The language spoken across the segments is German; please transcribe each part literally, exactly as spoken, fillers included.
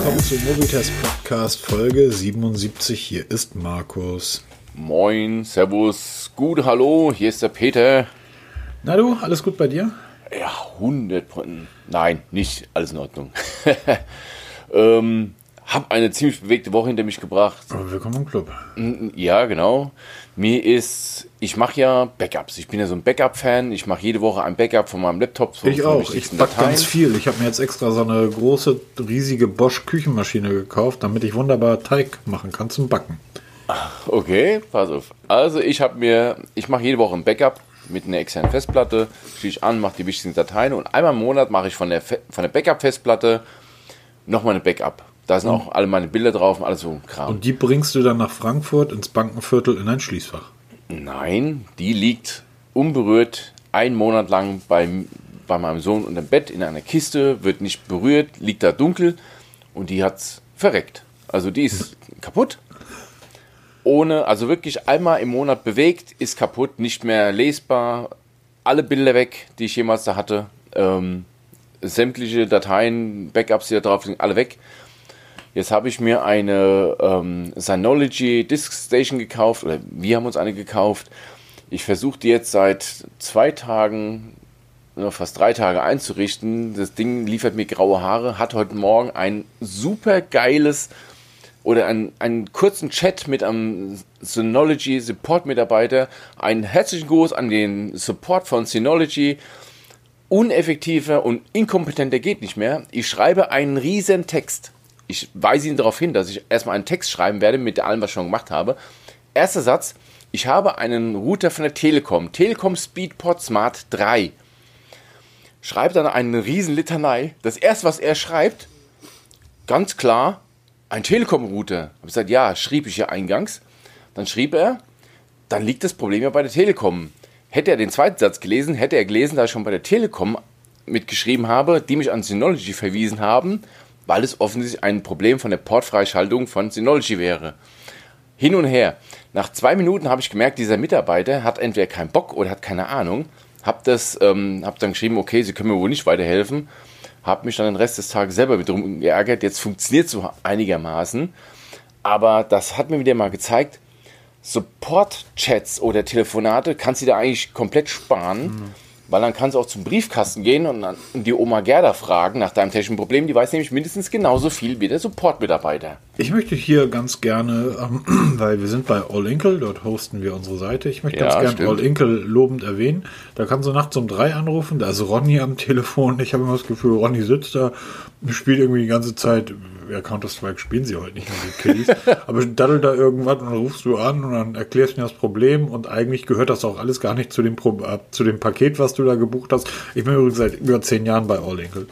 willkommen zu Mobitest Podcast Folge siebenundsiebzig. Hier ist Markus. Moin, servus, gut, hallo, hier ist der Peter. Na du, alles gut bei dir? Ja, hundert Prozent. Nein, nicht alles in Ordnung. ähm, hab eine ziemlich bewegte Woche hinter mich gebracht. Aber willkommen im Club. Ja, genau. Mir ist, ich mache ja Backups. Ich bin ja so ein Backup-Fan. Ich mache jede Woche ein Backup von meinem Laptop. So ich auch. Ich back ganz viel. Ich habe mir jetzt extra so eine große, riesige Bosch-Küchenmaschine gekauft, damit ich wunderbar Teig machen kann zum Backen. Okay, pass auf. Also ich habe mir, ich mache jede Woche ein Backup mit einer externen Festplatte, schließe ich an, mache die wichtigsten Dateien und einmal im Monat mache ich von der, Fe- von der Backup-Festplatte nochmal eine Backup. Da sind auch alle meine Bilder drauf und alles so ein Kram. Und die bringst du dann nach Frankfurt ins Bankenviertel in ein Schließfach? Nein, die liegt unberührt einen Monat lang bei, bei meinem Sohn unter dem Bett in einer Kiste, wird nicht berührt, liegt da dunkel und die hat's verreckt. Also die ist kaputt. Ohne, also wirklich einmal im Monat bewegt, ist kaputt, nicht mehr lesbar. Alle Bilder weg, die ich jemals da hatte. Ähm, sämtliche Dateien, Backups, die da drauf sind, alle weg. Jetzt habe ich mir eine ähm, Synology Disk Station gekauft, oder wir haben uns eine gekauft. Ich versuche die jetzt seit zwei Tagen, oder fast drei Tage einzurichten. Das Ding liefert mir graue Haare, hat heute Morgen ein super geiles, oder einen, einen kurzen Chat mit einem Synology Support Mitarbeiter. Einen herzlichen Gruß an den Support von Synology. Uneffektiver und inkompetenter geht nicht mehr. Ich schreibe einen riesen Text. Ich weise ihn darauf hin, dass ich erstmal einen Text schreiben werde mit allem, was ich schon gemacht habe. Erster Satz, ich habe einen Router von der Telekom, Telekom Speedport Smart drei. Schreibt dann eine riesen Litanei. Das erste, was er schreibt, ganz klar, ein Telekom-Router. Ich habe gesagt, ja, schrieb ich ja eingangs. Dann schrieb er, dann liegt das Problem ja bei der Telekom. Hätte er den zweiten Satz gelesen, hätte er gelesen, dass ich schon bei der Telekom mitgeschrieben habe, die mich an Synology verwiesen haben, weil es offensichtlich ein Problem von der Portfreischaltung von Synology wäre. Hin und her. Nach zwei Minuten habe ich gemerkt, dieser Mitarbeiter hat entweder keinen Bock oder hat keine Ahnung. Hab das, ähm, hab dann geschrieben, okay, Sie können mir wohl nicht weiterhelfen. Hab mich dann den Rest des Tages selber mit drum geärgert. Jetzt funktioniert es so einigermaßen. Aber das hat mir wieder mal gezeigt, Support-Chats oder Telefonate kannst du da eigentlich komplett sparen. Mhm. Weil dann kannst du auch zum Briefkasten gehen und dann die Oma Gerda fragen nach deinem technischen Problem. Die weiß nämlich mindestens genauso viel wie der Support-Mitarbeiter. Ich möchte hier ganz gerne, ähm, weil wir sind bei All Inkle, dort hosten wir unsere Seite. Ich möchte Ja, ganz gerne stimmt. All Inkle lobend erwähnen. Da kannst du nachts um drei anrufen, da ist Ronny am Telefon. Ich habe immer das Gefühl, Ronny sitzt da, spielt irgendwie die ganze Zeit, ja, Counter-Strike spielen sie heute nicht mehr, die Kiddies, aber daddelt da irgendwas und dann rufst du an und dann erklärst mir das Problem und eigentlich gehört das auch alles gar nicht zu dem, Pro- äh, zu dem Paket, was du da gebucht hast. Ich bin übrigens seit über zehn Jahren bei All Inkle.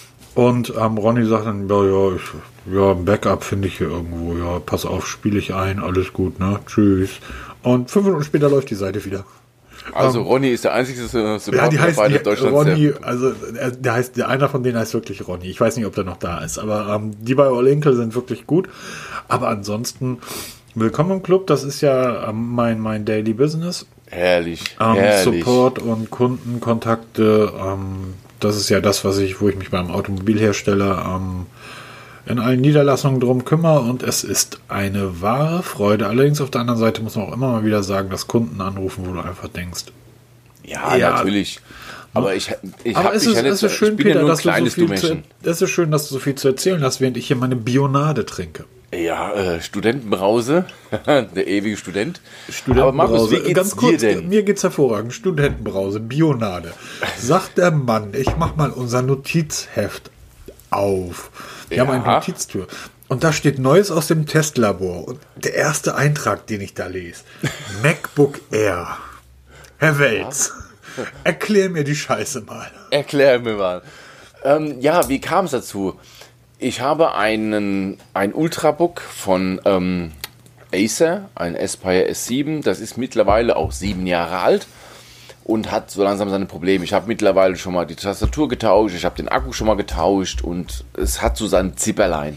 Und ähm, Ronny sagt dann, ja, ja, ich, ja, ein Backup finde ich hier irgendwo, ja, pass auf, spiele ich ein, alles gut, ne, tschüss. Und fünf Minuten später läuft die Seite wieder. Also Ähm, Ronny ist der einzige Ja, die heißt Support-Mitarbeiter die, Deutschlands. Ronny, der- also er- der heißt, der einer von denen heißt wirklich Ronny. Ich weiß nicht, ob der noch da ist, aber ähm, die bei All Inkle sind wirklich gut. Aber ansonsten, willkommen im Club, das ist ja ähm, mein, mein Daily Business. Herrlich, Ähm, herrlich. Support und Kundenkontakte, ähm, das ist ja das, was ich, wo ich mich beim Automobilhersteller ähm, in allen Niederlassungen drum kümmere und es ist eine wahre Freude. Allerdings auf der anderen Seite muss man auch immer mal wieder sagen, dass Kunden anrufen, wo du einfach denkst. Ja, Ja. natürlich. Aber ich, ich, Aber hab, es ich, ist, hatte- es ist schön, ich bin ja Peter, nur ein dass du so kleines viel zu, Dummerchen. es ist schön, dass du so viel zu erzählen hast, während ich hier meine Bionade trinke. Ja, äh, Studentenbrause, der ewige Student. Aber Markus, wie geht's Ganz kurz, dir denn? mir geht's hervorragend. Studentenbrause, Bionade. Sagt der Mann, ich mach mal unser Notizheft auf. Wir Ja. haben eine Notiztür. Und da steht Neues aus dem Testlabor. Und der erste Eintrag, den ich da lese. MacBook Air. Herr Welz, erklär mir die Scheiße mal. Erklär mir mal. Ähm, ja, wie kam es dazu? Ich habe einen ein Ultrabook von ähm, Acer, ein Aspire S sieben. Das ist mittlerweile auch sieben Jahre alt und hat so langsam seine Probleme. Ich habe mittlerweile schon mal die Tastatur getauscht, ich habe den Akku schon mal getauscht und es hat so sein Zipperlein.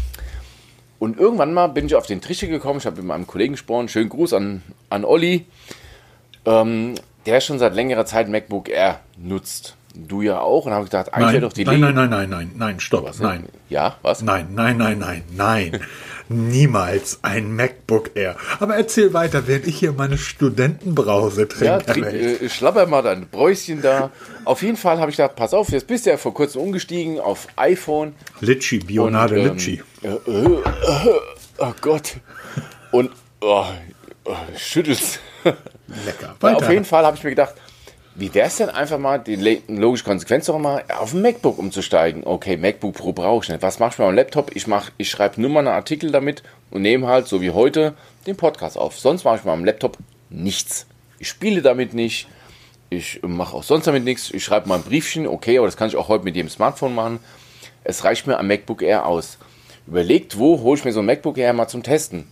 Und irgendwann mal bin ich auf den Trichter gekommen, ich habe mit meinem Kollegen gesprochen, schönen Gruß an, an Olli, ähm, der schon seit längerer Zeit MacBook Air nutzt. Du ja auch. Und habe gedacht, eigentlich Nein, wäre doch die nein, Le- nein, nein, nein, nein, nein, stopp, Was, nein. Ja, was? Nein, nein, nein, nein, nein. Niemals ein MacBook Air. Aber erzähl weiter, während ich hier meine Studentenbrause trinke. Ja, trink, äh, schlapper mal dein Bräuschen da. Auf jeden Fall habe ich gedacht, pass auf, jetzt bist du ja vor kurzem umgestiegen auf iPhone. Litschi, Bionade Und, ähm, Litschi. Äh, äh, äh, oh Gott. Und oh, oh, schüttelst. Lecker. Ja, Weiter. auf jeden Fall habe ich mir gedacht, wie wäre es denn einfach mal, die le- logische Konsequenz auch mal, auf ein MacBook umzusteigen? Okay, MacBook Pro brauche ich nicht. Was machst du mit meinem Laptop? Ich, mach, ich schreibe nur mal einen Artikel damit und nehme halt, so wie heute, den Podcast auf. Sonst mache ich mit meinem Laptop nichts. Ich spiele damit nicht. Ich mache auch sonst damit nichts. Ich schreibe mal ein Briefchen. Okay, aber das kann ich auch heute mit jedem Smartphone machen. Es reicht mir am MacBook Air aus. Überlegt, wo hole ich mir so ein MacBook Air mal zum Testen?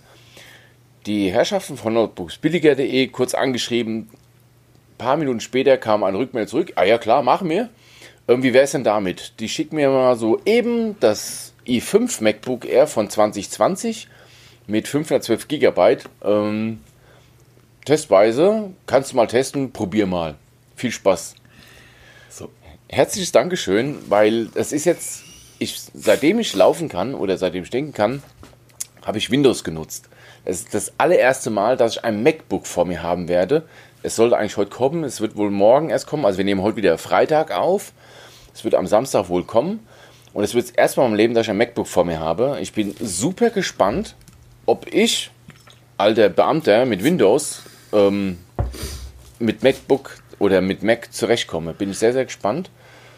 Die Herrschaften von notebooksbilliger punkt de kurz angeschrieben. Ein paar Minuten später kam eine Rückmeldung zurück. Ah ja, klar, machen wir. Ähm, wie wäre es denn damit? Die schicken mir mal so eben das i fünf MacBook Air von zwanzig zwanzig mit fünfhundertzwölf Gigabyte. Ähm, testweise. Kannst du mal testen, probier mal. Viel Spaß. So. Herzliches Dankeschön, weil es ist jetzt, ich, seitdem ich laufen kann oder seitdem ich denken kann, habe ich Windows genutzt. Es ist das allererste Mal, dass ich ein MacBook vor mir haben werde. Es sollte eigentlich heute kommen, es wird wohl morgen erst kommen. Also wir nehmen heute wieder Freitag auf. Es wird am Samstag wohl kommen. Und es wird das erste Mal im Leben, dass ich ein MacBook vor mir habe. Ich bin super gespannt, ob ich, alter Beamter mit Windows, ähm, mit MacBook oder mit Mac zurechtkomme. Bin ich sehr, sehr gespannt.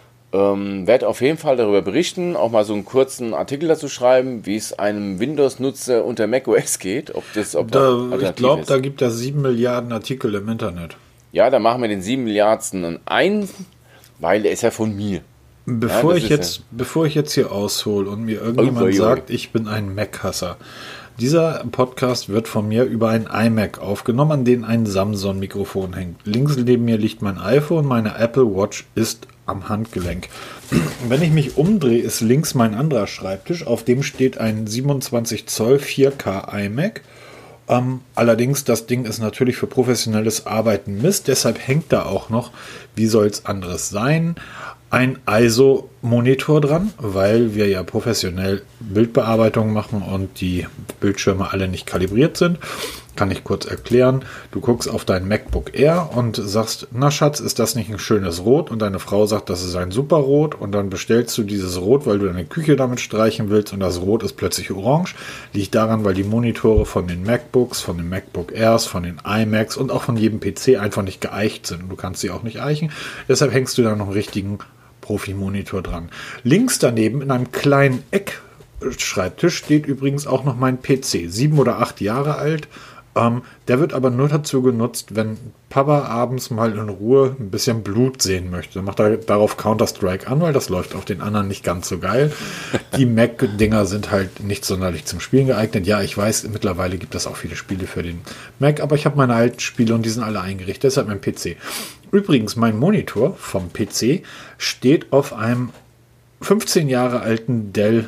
Ähm, werde auf jeden Fall darüber berichten, auch mal so einen kurzen Artikel dazu schreiben, wie es einem Windows-Nutzer unter macOS geht. Ob das, ob Da, da ich glaube, da gibt es sieben Milliarden Artikel im Internet. Ja, dann machen wir den sieben Milliardsten ein, weil der ist ja von mir. Bevor, Ja, ich das jetzt, ist bevor ich jetzt hier aushole und mir irgendjemand Ui, ui, ui. sagt, ich bin ein Mac-Hasser. Dieser Podcast wird von mir über ein iMac aufgenommen, an dem ein Samsung-Mikrofon hängt. Links neben mir liegt mein iPhone, meine Apple Watch ist am Handgelenk. Wenn ich mich umdrehe, ist links mein anderer Schreibtisch, auf dem steht ein siebenundzwanzig Zoll vier K iMac. Ähm, allerdings, das Ding ist natürlich für professionelles Arbeiten Mist, deshalb hängt da auch noch, wie soll es anderes sein, ein I S O-Monitor dran, weil wir ja professionell Bildbearbeitung machen und die Bildschirme alle nicht kalibriert sind. Kann ich kurz erklären. Du guckst auf dein MacBook Air und sagst, na Schatz, ist das nicht ein schönes Rot? Und deine Frau sagt, das ist ein super Rot. Und dann bestellst du dieses Rot, weil du deine Küche damit streichen willst und das Rot ist plötzlich orange. Liegt daran, weil die Monitore von den MacBooks, von den MacBook Airs, von den iMacs und auch von jedem P C einfach nicht geeicht sind. Und du kannst sie auch nicht eichen. Deshalb hängst du da noch einen richtigen Profi-Monitor dran. Links daneben in einem kleinen Eckschreibtisch steht übrigens auch noch mein P C. Sieben oder acht Jahre alt. Ähm, der wird aber nur dazu genutzt, wenn Papa abends mal in Ruhe ein bisschen Blut sehen möchte. Dann macht er darauf Counter-Strike an, weil das läuft auf den anderen nicht ganz so geil. Die Mac-Dinger sind halt nicht sonderlich zum Spielen geeignet. Ja, ich weiß, mittlerweile gibt es auch viele Spiele für den Mac, aber ich habe meine alten Spiele und die sind alle eingerichtet. Deshalb mein P C. Übrigens, mein Monitor vom P C steht auf einem fünfzehn Jahre alten Dell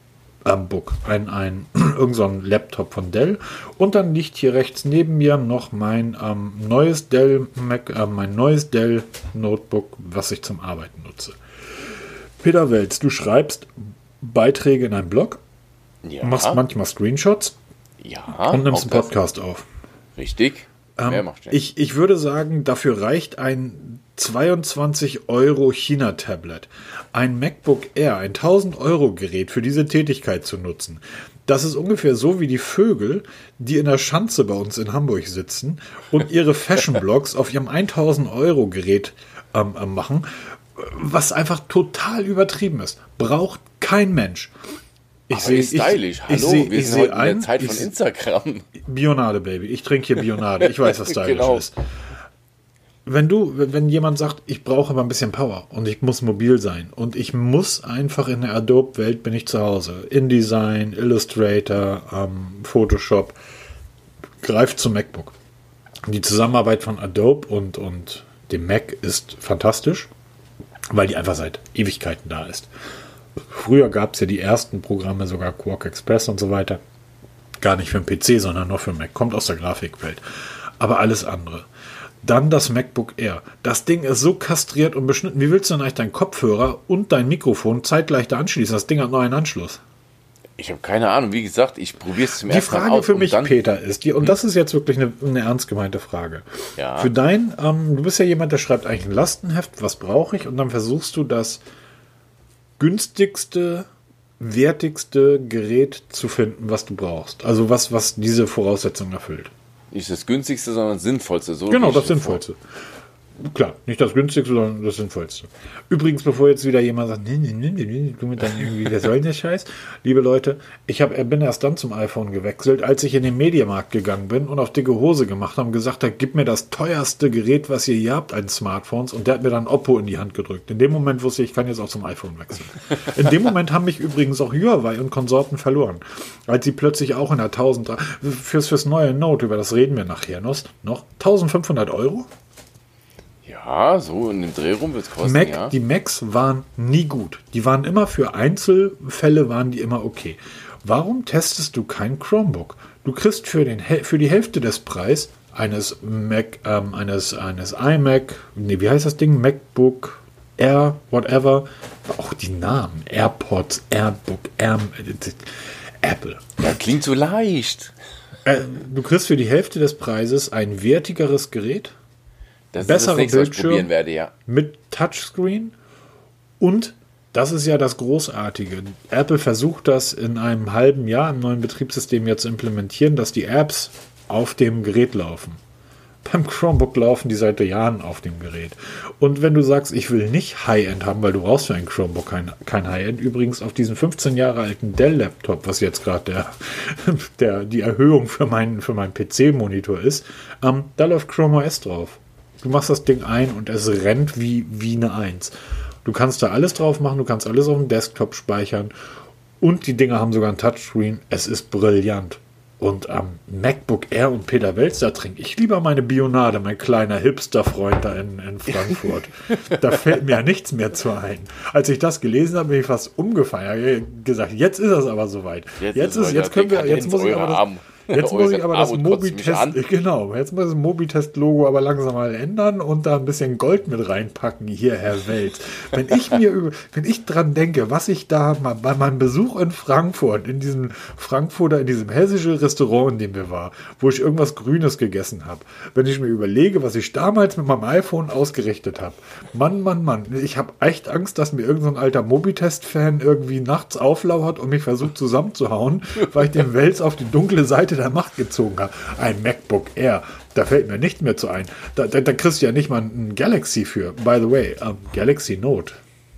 am Book, ein, ein irgend so ein Laptop von Dell, und dann liegt hier rechts neben mir noch mein ähm, neues Dell Mac, äh, mein neues Dell Notebook, was ich zum Arbeiten nutze. Peter Welz, du schreibst Beiträge in einem Blog, Ja. machst manchmal Screenshots Ja. und nimmst einen auch das. Podcast auf. Richtig. Wer Ähm, macht den? ich, ich würde sagen, dafür reicht ein zweiundzwanzig Euro China-Tablet. Ein MacBook Air, ein tausend Euro Gerät für diese Tätigkeit zu nutzen. Das ist ungefähr so wie die Vögel, die in der Schanze bei uns in Hamburg sitzen und ihre Fashion-Blogs auf ihrem tausend Euro Gerät ähm, ähm, machen, was einfach total übertrieben ist. Braucht kein Mensch. Ich Aber sehe ist stylisch. ich, ich Hallo, seh, wir ich sind seh heute in ein, der Zeit ich von seh- Instagram. Bionade, Baby. Ich trinke hier Bionade. Ich weiß, was stylisch Genau. ist. Wenn du, wenn jemand sagt, ich brauche aber ein bisschen Power und ich muss mobil sein und ich muss einfach in der Adobe-Welt bin ich zu Hause. InDesign, Illustrator, ähm, Photoshop, greift zum MacBook. Die Zusammenarbeit von Adobe und, und dem Mac ist fantastisch, weil die einfach seit Ewigkeiten da ist. Früher gab es ja die ersten Programme, sogar Quark Express und so weiter. Gar nicht für den P C, sondern nur für Mac. Kommt aus der Grafikwelt. Aber alles andere. Dann das MacBook Air. Das Ding ist so kastriert und beschnitten. Wie willst du denn eigentlich deinen Kopfhörer und dein Mikrofon zeitgleich da anschließen? Das Ding hat nur einen Anschluss. Ich habe keine Ahnung. Wie gesagt, ich probiere es zum Die ersten Mal Frage aus. für und mich, dann, Peter, ist, die, und das ist jetzt wirklich eine, eine ernst gemeinte Frage. Ja. Für dein, ähm, du bist ja jemand, der schreibt eigentlich ein Lastenheft, was brauche ich? Und dann versuchst du das günstigste, wertigste Gerät zu finden, was du brauchst. Also was, was diese Voraussetzungen erfüllt. Nicht das günstigste, sondern das sinnvollste. So Genau, gehe ich das so Sinnvollste. Klar, nicht das günstigste, sondern das Sinnvollste. Übrigens, bevor jetzt wieder jemand sagt, nee, nee, nee, nee, du mit deinem irgendwie, wer soll denn der Scheiß? Liebe Leute, ich hab, bin erst dann zum iPhone gewechselt, als ich in den Mediamarkt gegangen bin und auf dicke Hose gemacht habe und gesagt habe, gib mir das teuerste Gerät, was ihr hier habt, an Smartphones. Und der hat mir dann Oppo in die Hand gedrückt. In dem Moment wusste ich, ich kann jetzt auch zum iPhone wechseln. In dem Moment haben mich übrigens auch Huawei und Konsorten verloren. Als sie plötzlich auch in der tausend, fürs, fürs neue Note, über das reden wir nachher noch, noch eintausendfünfhundert Euro? Ja, so in dem Dreh rum wird es kosten, Mac, ja. Die Macs waren nie gut. Die waren immer für Einzelfälle, waren die immer okay. Warum testest du kein Chromebook? Du kriegst für, den, für die Hälfte des Preises eines Mac, ähm, eines, eines iMac, nee, wie heißt das Ding? MacBook Air, whatever. Auch die Namen. AirPods, Airbook, Air, Apple. Ja, klingt so leicht. Äh, du kriegst für die Hälfte des Preises ein wertigeres Gerät. Das Bessere ist das nächste, was ich Bildschirm probieren werde, ja. Mit Touchscreen und das ist ja das Großartige. Apple versucht das in einem halben Jahr im neuen Betriebssystem jetzt zu implementieren, dass die Apps auf dem Gerät laufen. Beim Chromebook laufen die seit Jahren auf dem Gerät. Und wenn du sagst, ich will nicht High-End haben, weil du brauchst für ein Chromebook kein, kein High-End. Übrigens auf diesem fünfzehn Jahre alten Dell-Laptop, was jetzt gerade der, der, die Erhöhung für meinen, für meinen P C-Monitor ist, ähm, da läuft Chrome O S drauf. Du machst das Ding ein und es rennt wie, wie eine Eins. Du kannst da alles drauf machen, du kannst alles auf dem Desktop speichern und die Dinger haben sogar ein Touchscreen. Es ist brillant. Und am ähm, MacBook Air und Peter Welz, da trinke ich lieber meine Bionade, mein kleiner Hipster-Freund da in, in Frankfurt. Da fällt mir ja nichts mehr zu ein. Als ich das gelesen habe, bin ich fast umgefallen. gesagt, jetzt ist es aber soweit. Jetzt, jetzt ist, jetzt können wir, jetzt muss ich aber das, Jetzt muss ich aber das Mobitest, genau, jetzt muss das Mobitest-Logo aber langsam mal ändern und da ein bisschen Gold mit reinpacken, hier, Herr Welt. Wenn ich mir über, wenn ich dran denke, was ich da mal bei meinem Besuch in Frankfurt, in diesem Frankfurter, in diesem hessischen Restaurant, in dem wir waren, wo ich irgendwas Grünes gegessen habe, wenn ich mir überlege, was ich damals mit meinem iPhone ausgerichtet habe, Mann, Mann, Mann, ich habe echt Angst, dass mir irgendein so alter Mobitest-Fan irgendwie nachts auflauert und mich versucht zusammenzuhauen, weil ich den Wels auf die dunkle Seite der Macht gezogen habe. Ein MacBook Air, da fällt mir nicht mehr zu ein. Da, da, da kriegst du ja nicht mal ein Galaxy für. By the way, um, Galaxy Note.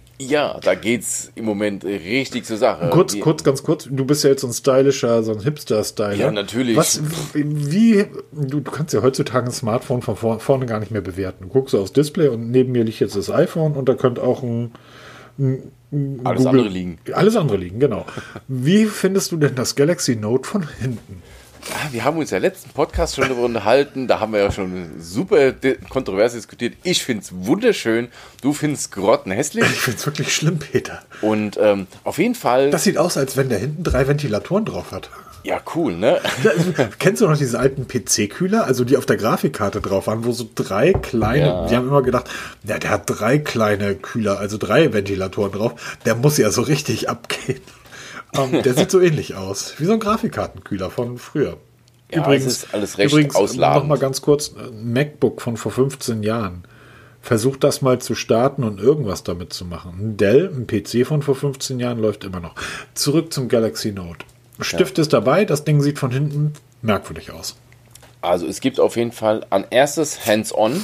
Ja, da geht's im Moment richtig zur Sache. Kurz, wie, kurz, ganz kurz. Du bist ja jetzt so ein stylischer, so ein Hipster-Styler. Ja, natürlich. Was, wie, du, du kannst ja heutzutage ein Smartphone von vor, vorne gar nicht mehr bewerten. Du guckst aufs Display und neben mir liegt jetzt das iPhone und da könnte auch ein, ein alles Google, andere liegen. Alles andere liegen, genau. Wie findest du denn das Galaxy Note von hinten? Ja, wir haben uns ja letzten Podcast schon darüber unterhalten, da haben wir ja schon super kontrovers diskutiert. Ich finde es wunderschön, du findest grottenhässlich. Ich finde es wirklich schlimm, Peter. Und ähm, auf jeden Fall... Das sieht aus, als wenn der hinten drei Ventilatoren drauf hat. Ja, cool, ne? Kennst du noch diese alten P C-Kühler, also die auf der Grafikkarte drauf waren, wo so drei kleine, ja. Wir haben immer gedacht, ja, der hat drei kleine Kühler, also drei Ventilatoren drauf, der muss ja so richtig abgehen. Um, der sieht so ähnlich aus, wie so ein Grafikkartenkühler von früher. Ja, übrigens, es ist alles recht übrigens ausladend. noch mal ganz kurz, ein MacBook von vor fünfzehn Jahren. Versucht das mal zu starten und irgendwas damit zu machen. Ein Dell, ein P C von vor fünfzehn Jahren läuft immer noch. Zurück zum Galaxy Note. Stift ja. ist dabei, das Ding sieht von hinten merkwürdig aus. Also es gibt auf jeden Fall an erstes Hands-on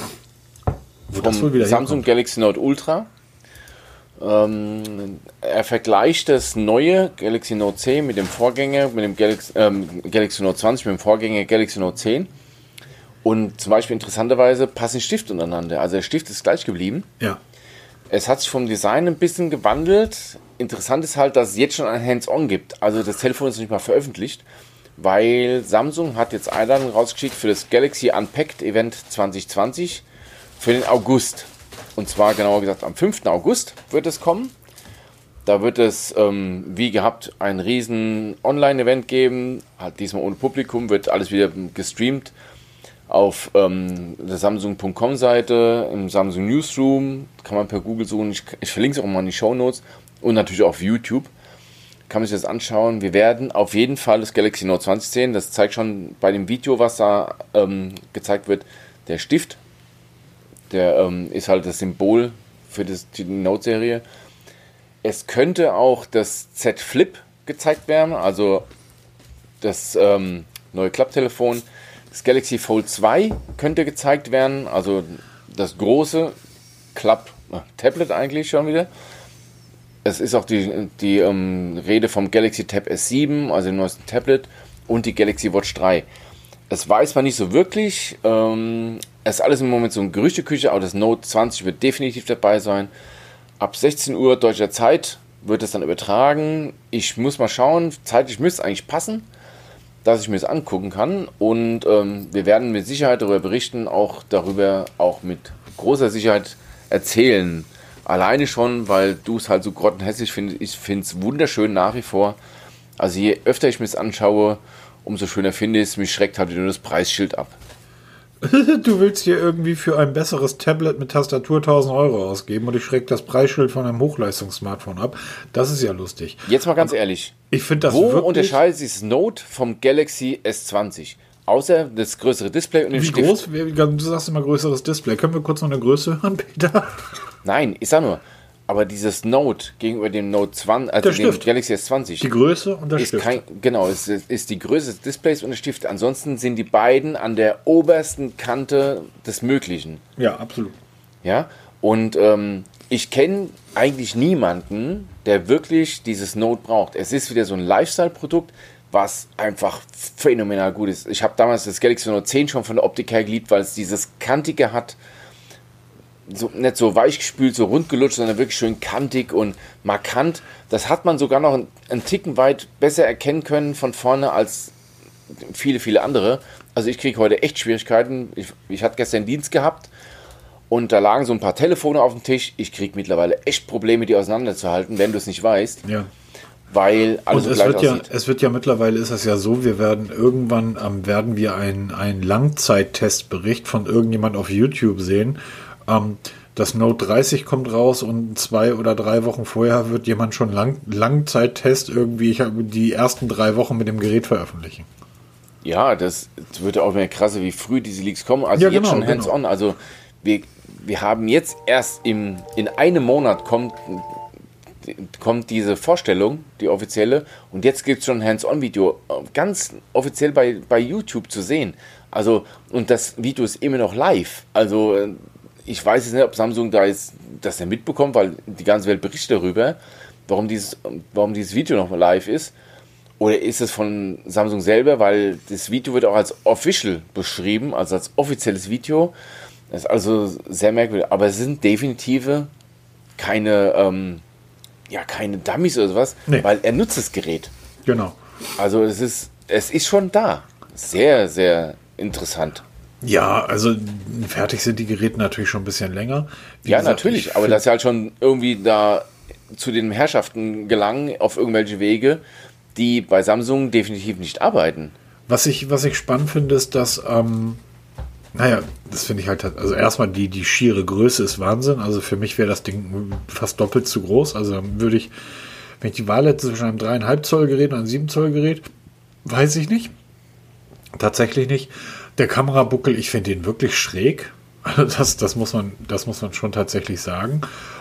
vom Samsung hinkommt. Galaxy Note Ultra. Ähm, er vergleicht das neue Galaxy Note zehn mit dem Vorgänger, mit dem Galaxy, ähm, Galaxy Note zwanzig, mit dem Vorgänger Galaxy Note zehn. Und zum Beispiel interessanterweise passen Stift untereinander. Also der Stift ist gleich geblieben. Ja. Es hat sich vom Design ein bisschen gewandelt. Interessant ist halt, dass es jetzt schon ein Hands-on gibt. Also das Telefon ist nicht mal veröffentlicht, weil Samsung hat jetzt Einladungen rausgeschickt für das Galaxy Unpacked Event zwanzig zwanzig für den August. Und zwar genauer gesagt am fünften August wird es kommen. Da wird es, ähm, wie gehabt, ein riesen Online-Event geben. Halt diesmal ohne Publikum, wird alles wieder gestreamt. auf ähm, der Samsung Punkt com Seite, im Samsung Newsroom, kann man per Google suchen. Ich, ich verlinke es auch mal in die Shownotes und natürlich auch auf YouTube. Kann man sich das anschauen. Wir werden auf jeden Fall das Galaxy Note zwanzig sehen. Das zeigt schon bei dem Video, was da ähm, gezeigt wird, der Stift. Der ähm, ist halt das Symbol für das, die Note-Serie. Es könnte auch das Z Flip gezeigt werden, also das ähm, neue Klapptelefon. Das Galaxy Fold zwei könnte gezeigt werden, also das große Klapp-Tablet eigentlich schon wieder. Es ist auch die, die ähm, Rede vom Galaxy Tab S sieben, also dem neuesten Tablet, und die Galaxy Watch drei. Es weiß man nicht so wirklich. Ähm, es ist alles im Moment so eine Gerüchteküche, aber das Note zwanzig wird definitiv dabei sein. Ab sechzehn Uhr deutscher Zeit wird es dann übertragen. Ich muss mal schauen, zeitlich müsste es eigentlich passen, dass ich mir das angucken kann. Und ähm, wir werden mit Sicherheit darüber berichten, auch darüber auch mit großer Sicherheit erzählen. Alleine schon, weil du es halt so grottenhässlich findest. Ich finde es wunderschön nach wie vor. Also je öfter ich mir es anschaue, umso schöner finde ich es. Mich schreckt halt nur das Preisschild ab. Du willst hier irgendwie für ein besseres Tablet mit Tastatur tausend Euro ausgeben und ich schreckt das Preisschild von einem Hochleistungssmartphone ab. Das ist ja lustig. Jetzt mal ganz Aber ehrlich. Ich finde das Wo wirklich... unterscheidet sich das Note vom Galaxy S zwanzig? Außer das größere Display und den Wie Stift. groß? Du sagst immer größeres Display. Können wir kurz noch eine Größe hören, Peter? Nein, ich sag nur, aber dieses Note gegenüber dem Note zwanzig, also der dem Stift. Galaxy S zwanzig. Die Größe und der ist Stift. kein, genau, es ist, ist die Größe des Displays und des Stifts. Ansonsten sind die beiden an der obersten Kante des Möglichen. Ja, absolut. Ja, und ähm, ich kenne eigentlich niemanden, der wirklich dieses Note braucht. Es ist wieder so ein Lifestyle-Produkt, was einfach phänomenal gut ist. Ich habe damals das Galaxy Note zehn schon von der Optik her geliebt, weil es dieses Kantige hat, so, nicht so weich gespült, so rund gelutscht, sondern wirklich schön kantig und markant. Das hat man sogar noch einen, einen Ticken weit besser erkennen können von vorne als viele, viele andere. Also ich kriege heute echt Schwierigkeiten. Ich, ich hatte gestern Dienst gehabt und da lagen so ein paar Telefone auf dem Tisch. Ich kriege mittlerweile echt Probleme, die auseinanderzuhalten, wenn du es nicht weißt. Ja. Weil alles und es gleich wird aussieht. Ja, es wird ja mittlerweile, ist es ja so, wir werden irgendwann, ähm, werden wir einen, einen Langzeittestbericht von irgendjemand auf YouTube sehen. Ähm, das Note dreißig kommt raus und zwei oder drei Wochen vorher wird jemand schon lang, Langzeittest irgendwie, ich habe die ersten drei Wochen mit dem Gerät veröffentlichen. Ja, das wird auch mehr krasser, wie früh diese Leaks kommen. Also ja, jetzt genau, schon hands-on. Genau. Also wir, wir haben jetzt erst im, in einem Monat kommt, kommt diese Vorstellung, die offizielle, und jetzt gibt es schon ein Hands-on-Video, ganz offiziell bei, bei YouTube zu sehen. Also, und das Video ist immer noch live. Also ich weiß jetzt nicht, ob Samsung da jetzt das ja mitbekommt, weil die ganze Welt berichtet darüber, warum dieses, warum dieses Video noch live ist. Oder ist es von Samsung selber, weil das Video wird auch als official beschrieben, also als offizielles Video. Das ist also sehr merkwürdig. Aber es sind definitive keine, ähm, ja, keine Dummies oder sowas, nee. Weil er nutzt das Gerät. Genau. Also es ist, es ist schon da. Sehr, sehr interessant. Ja, also fertig sind die Geräte natürlich schon ein bisschen länger. Wie ja, gesagt, natürlich, aber dass sie halt schon irgendwie da zu den Herrschaften gelangen auf irgendwelche Wege, die bei Samsung definitiv nicht arbeiten. Was ich, was ich spannend finde, ist, dass, ähm, naja, das finde ich halt, also erstmal die, die schiere Größe ist Wahnsinn. Also für mich wäre das Ding fast doppelt zu groß. Also dann würde ich, wenn ich die Wahl hätte zwischen einem drei Komma fünf Zoll Gerät und einem sieben Zoll Gerät, weiß ich nicht. Tatsächlich nicht. Der Kamerabuckel, ich finde ihn wirklich schräg. Also das, das, muss man, das muss man schon tatsächlich sagen.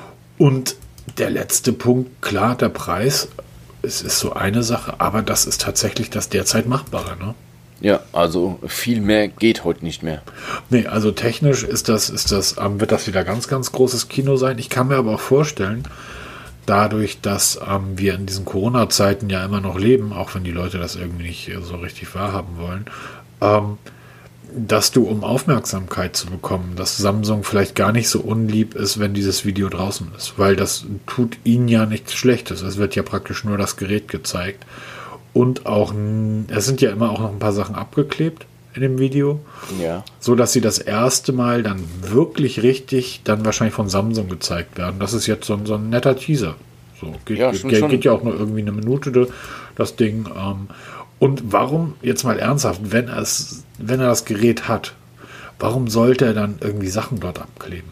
Und der letzte Punkt, klar, der Preis, es ist so eine Sache, aber das ist tatsächlich das derzeit Machbare, ne? Ja, also viel mehr geht heute nicht mehr. Nee, also technisch ist das, ist das, ähm, wird das wieder ganz, ganz großes Kino sein. Ich kann mir aber auch vorstellen, dadurch, dass ähm, wir in diesen Corona-Zeiten ja immer noch leben, auch wenn die Leute das irgendwie nicht so richtig wahrhaben wollen, ähm, dass du, um Aufmerksamkeit zu bekommen, dass Samsung vielleicht gar nicht so unlieb ist, wenn dieses Video draußen ist, weil das tut ihnen ja nichts Schlechtes. Es wird ja praktisch nur das Gerät gezeigt und auch, es sind ja immer auch noch ein paar Sachen abgeklebt in dem Video, ja, so dass sie das erste Mal dann wirklich richtig dann wahrscheinlich von Samsung gezeigt werden. Das ist jetzt so ein, so ein netter Teaser. So geht ja, geht, geht, geht ja auch nur irgendwie eine Minute das Ding. Ähm, Und warum, jetzt mal ernsthaft, wenn, es, wenn er das Gerät hat, Warum sollte er dann irgendwie Sachen dort abkleben?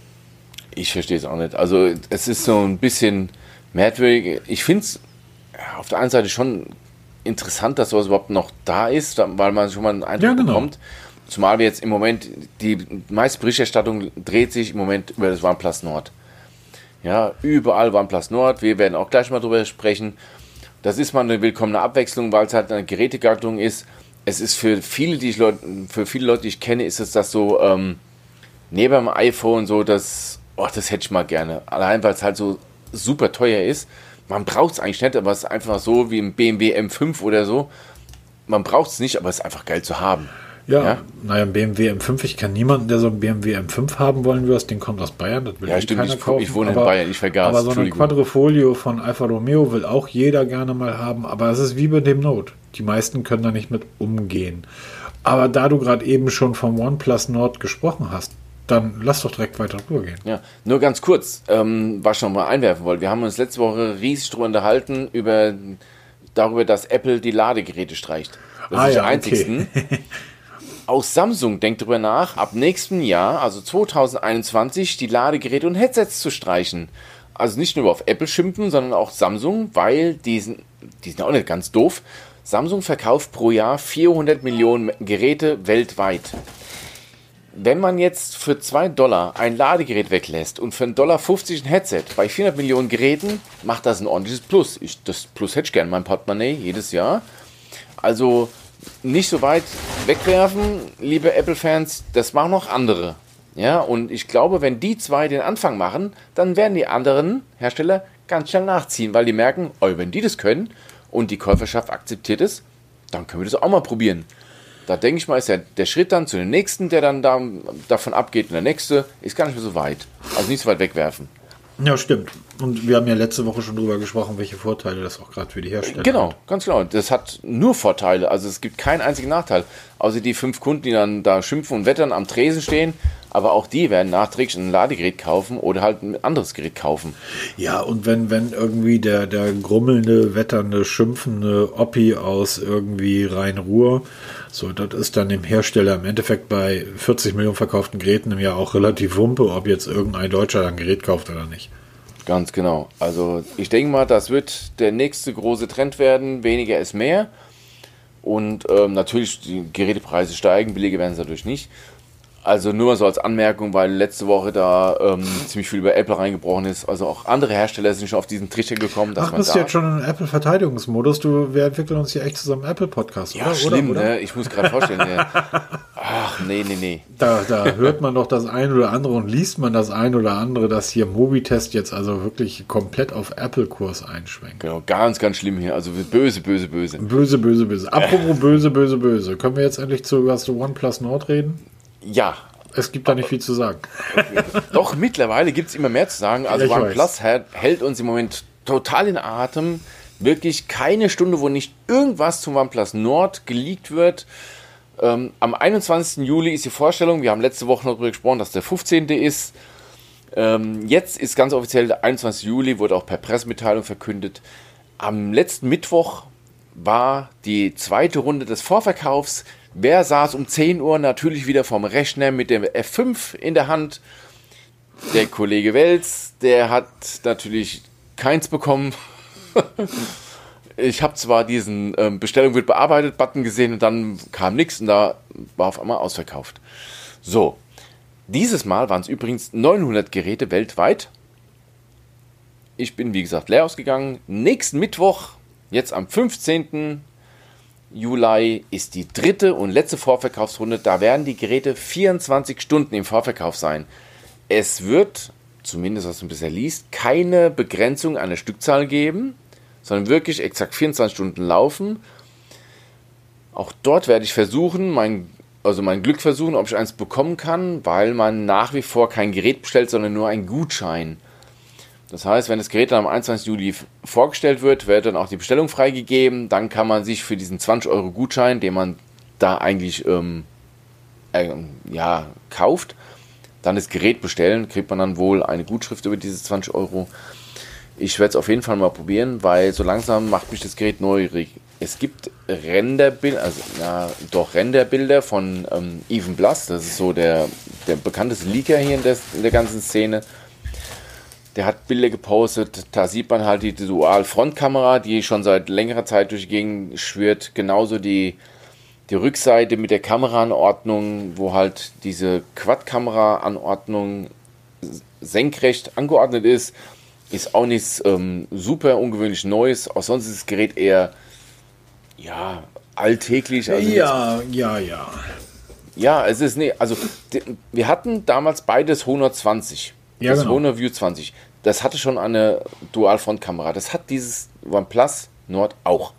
Ich verstehe es auch nicht. Also es ist so ein bisschen merkwürdig. Ich finde es auf der einen Seite schon interessant, dass sowas überhaupt noch da ist, weil man schon mal einen Eindruck Ja, genau. bekommt. Zumal wir jetzt im Moment, die meiste Berichterstattung dreht sich im Moment über das OnePlus Nord. Ja, überall OnePlus Nord. Wir werden auch gleich mal drüber sprechen. Das ist mal eine willkommene Abwechslung, weil es halt eine Gerätegattung ist. Es ist für viele, die ich Leute, für viele Leute, die ich kenne, ist es das so, ähm, neben dem iPhone so, das, oh, das hätte ich mal gerne. Allein, weil es halt so super teuer ist. Man braucht es eigentlich nicht, aber es ist einfach so wie ein B M W M fünf oder so. Man braucht es nicht, aber es ist einfach geil zu haben. Ja, Ja? naja, ein B M W M fünf, ich kann niemanden, der so ein B M W M fünf haben wollen will, den kommt aus Bayern, das will Ja, eh stimmt, keiner ich, kaufen. ich wohne aber, in Bayern, ich vergaß. Aber so eine Entschuldigung. Quadrifoglio von Alfa Romeo will auch jeder gerne mal haben, aber es ist wie bei dem Note. Die meisten können da nicht mit umgehen. Aber da du gerade eben schon vom OnePlus Nord gesprochen hast, dann lass doch direkt weiter rübergehen. Ja, nur ganz kurz, ähm, was ich noch mal einwerfen wollte. Wir haben uns letzte Woche riesig drüber unterhalten, über, darüber, dass Apple die Ladegeräte streicht. Das Ah ist ja, der einzigsten. okay. Auch Samsung denkt darüber nach, ab nächstem Jahr, also zwanzig einundzwanzig, die Ladegeräte und Headsets zu streichen. Also nicht nur auf Apple schimpfen, sondern auch Samsung, weil die sind, die sind auch nicht ganz doof. Samsung verkauft pro Jahr vierhundert Millionen Geräte weltweit. Wenn man jetzt für zwei Dollar ein Ladegerät weglässt und für einen Dollar fünfzig ein Headset bei vierhundert Millionen Geräten, macht das ein ordentliches Plus. Ich, das Plus hätte ich gerne in meinem Portemonnaie jedes Jahr. Also nicht so weit wegwerfen, liebe Apple-Fans, das machen noch andere. Ja, und ich glaube, wenn die zwei den Anfang machen, dann werden die anderen Hersteller ganz schnell nachziehen, weil die merken, oh, wenn die das können und die Käuferschaft akzeptiert es, dann können wir das auch mal probieren. Da denke ich mal, ist ja der Schritt dann zu dem nächsten, der dann da, davon abgeht, und der nächste ist gar nicht mehr so weit. Also nicht so weit wegwerfen. Ja, stimmt. Und wir haben ja letzte Woche schon drüber gesprochen, welche Vorteile das auch gerade für die Hersteller Genau, hat. ganz genau. Das hat nur Vorteile. Also es gibt keinen einzigen Nachteil. Außer die fünf Kunden, die dann da schimpfen und wettern, am Tresen stehen. Aber auch die werden nachträglich ein Ladegerät kaufen oder halt ein anderes Gerät kaufen. Ja, und wenn, wenn irgendwie der, der grummelnde, wetternde, schimpfende Oppi aus irgendwie Rhein-Ruhr, so, das ist dann dem Hersteller im Endeffekt bei vierzig Millionen verkauften Geräten im Jahr auch relativ wumpe, ob jetzt irgendein Deutscher ein Gerät kauft oder nicht. Ganz genau. Also ich denke mal, das wird der nächste große Trend werden. Weniger ist mehr. Und ähm, natürlich, die Gerätepreise steigen, billiger werden sie dadurch nicht. Also nur mal so als Anmerkung, weil letzte Woche da ähm, ziemlich viel über Apple reingebrochen ist. Also auch andere Hersteller sind schon auf diesen Trichter gekommen. Dass Ach, man bist da du jetzt schon in Apple-Verteidigungsmodus? Du, wir entwickeln uns hier echt zusammen Apple-Podcast, ja, oder? schlimm, oder, oder? ne? Ich muss gerade vorstellen. ne? Ach, nee, nee, nee. Da, da hört man doch das ein oder andere und liest man das ein oder andere, dass hier Mobitest jetzt also wirklich komplett auf Apple-Kurs einschwenkt. Genau, ganz, ganz schlimm hier. Also böse, böse, böse. Böse, böse, böse. Apropos böse, böse, böse. Können wir jetzt endlich zu was zu OnePlus Nord reden? Ja. Es gibt da nicht viel zu sagen. Doch, mittlerweile gibt es immer mehr zu sagen. Also Ja, ich OnePlus hält, hält uns im Moment total in Atem. Wirklich keine Stunde, wo nicht irgendwas zum OnePlus Nord geleakt wird. Ähm, am einundzwanzigsten Juli ist die Vorstellung. Wir haben letzte Woche noch darüber gesprochen, dass der fünfzehnte ist. Ähm, jetzt ist ganz offiziell der einundzwanzigste Juli, wurde auch per Pressemitteilung verkündet. Am letzten Mittwoch war die zweite Runde des Vorverkaufs. Wer saß um zehn Uhr natürlich wieder vorm Rechner mit dem F fünf in der Hand? Der Kollege Welz, der hat natürlich keins bekommen. Ich habe zwar diesen ähm, Bestellung wird bearbeitet Button gesehen und dann kam nichts und da war auf einmal ausverkauft. So, dieses Mal waren es übrigens neunhundert Geräte weltweit. Ich bin wie gesagt leer ausgegangen. Nächsten Mittwoch, jetzt am fünfzehnten Juli, ist die dritte und letzte Vorverkaufsrunde. Da werden die Geräte vierundzwanzig Stunden im Vorverkauf sein. Es wird, zumindest was man bisher liest, keine Begrenzung an der Stückzahl geben, sondern wirklich exakt vierundzwanzig Stunden laufen. Auch dort werde ich versuchen, mein, also mein Glück versuchen, ob ich eins bekommen kann, weil man nach wie vor kein Gerät bestellt, sondern nur einen Gutschein. Das heißt, wenn das Gerät dann am einundzwanzigsten Juli vorgestellt wird, wird dann auch die Bestellung freigegeben. Dann kann man sich für diesen zwanzig Euro Gutschein, den man da eigentlich ähm, äh, ja, kauft, dann das Gerät bestellen. Kriegt man dann wohl eine Gutschrift über diese zwanzig Euro. Ich werde es auf jeden Fall mal probieren, weil so langsam macht mich das Gerät neugierig. Es gibt Renderbilder, also na, doch Renderbilder von ähm, Even Blass, das ist so der, der bekannteste Leaker hier in der, in der ganzen Szene. Der hat Bilder gepostet, da sieht man halt die Dual-Frontkamera, die schon seit längerer Zeit durch die Gegend schwirrt. Genauso die, die Rückseite mit der Kameraanordnung, wo halt diese Quad-Kamera-Anordnung senkrecht angeordnet ist. Ist auch nichts ähm, super ungewöhnlich Neues. Auch sonst ist das Gerät eher ja, alltäglich. Also ja, ja, ja. Ja, es ist nee, also die, wir hatten damals beides hundertzwanzig. Ja, das genau. Honor View zwanzig. Das hatte schon eine Dual-Front-Kamera. Das hat dieses OnePlus Nord auch.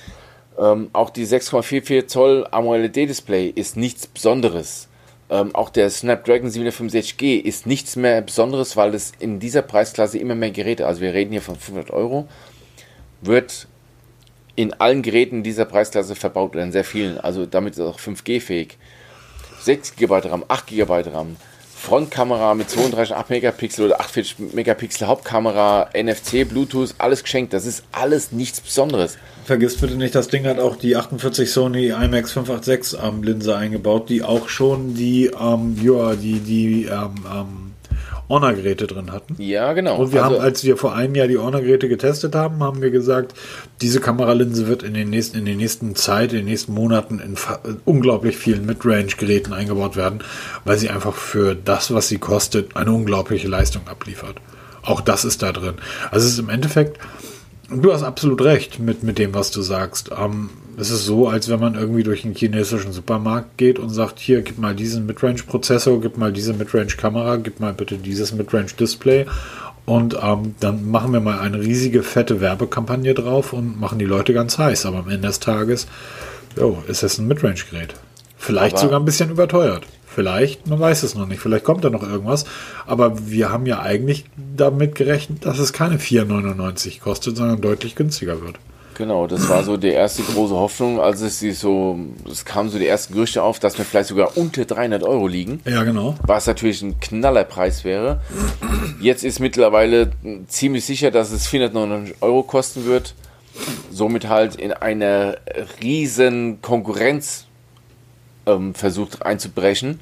Ähm, auch die sechs Komma vierundvierzig Zoll AMOLED-Display ist nichts Besonderes. Ähm, auch der Snapdragon siebenhundertfünfundsechzig G ist nichts mehr Besonderes, weil es in dieser Preisklasse immer mehr Geräte, also wir reden hier von fünfhundert Euro, wird in allen Geräten dieser Preisklasse verbaut oder in sehr vielen. Also damit ist es auch fünf G fähig. sechs Gigabyte RAM, acht Gigabyte RAM. Frontkamera mit zweiunddreißig Komma acht Megapixel oder achtundvierzig Megapixel Hauptkamera, N F C, Bluetooth, alles geschenkt. Das ist alles nichts Besonderes. Vergiss bitte nicht, das Ding hat auch die achtundvierzig Sony IMAX fünf acht sechs ähm, Linse eingebaut, die auch schon die, ähm, ja, die, die ähm, ähm, Honor-Geräte drin hatten. Ja, genau. Und wir also, haben, als wir vor einem Jahr die Honor-Geräte getestet haben, haben wir gesagt, diese Kameralinse wird in den nächsten, in den nächsten Zeit, in den nächsten Monaten in fa- unglaublich vielen Midrange-Geräten eingebaut werden, weil sie einfach für das, was sie kostet, eine unglaubliche Leistung abliefert. Auch das ist da drin. Also es ist im Endeffekt, du hast absolut recht mit, mit dem, was du sagst. Ähm, es ist so, als wenn man irgendwie durch einen chinesischen Supermarkt geht und sagt, hier, gib mal diesen Midrange-Prozessor, gib mal diese Midrange-Kamera, gib mal bitte dieses Midrange-Display und ähm, dann machen wir mal eine riesige, fette Werbekampagne drauf und machen die Leute ganz heiß. Aber am Ende des Tages, jo, ist es ein Midrange-Gerät. Vielleicht Aber sogar ein bisschen überteuert. Vielleicht, man weiß es noch nicht. Vielleicht kommt da noch irgendwas. Aber wir haben ja eigentlich damit gerechnet, dass es keine vier neunundneunzig kostet, sondern deutlich günstiger wird. Genau, das war so die erste große Hoffnung, als es die so, es kamen so die ersten Gerüchte auf, dass wir vielleicht sogar unter dreihundert Euro liegen. Ja, genau. Was natürlich ein Knallerpreis wäre. Jetzt ist mittlerweile ziemlich sicher, dass es vierhundertneunundneunzig Euro kosten wird. Somit halt in eine riesen Konkurrenz ähm, versucht einzubrechen.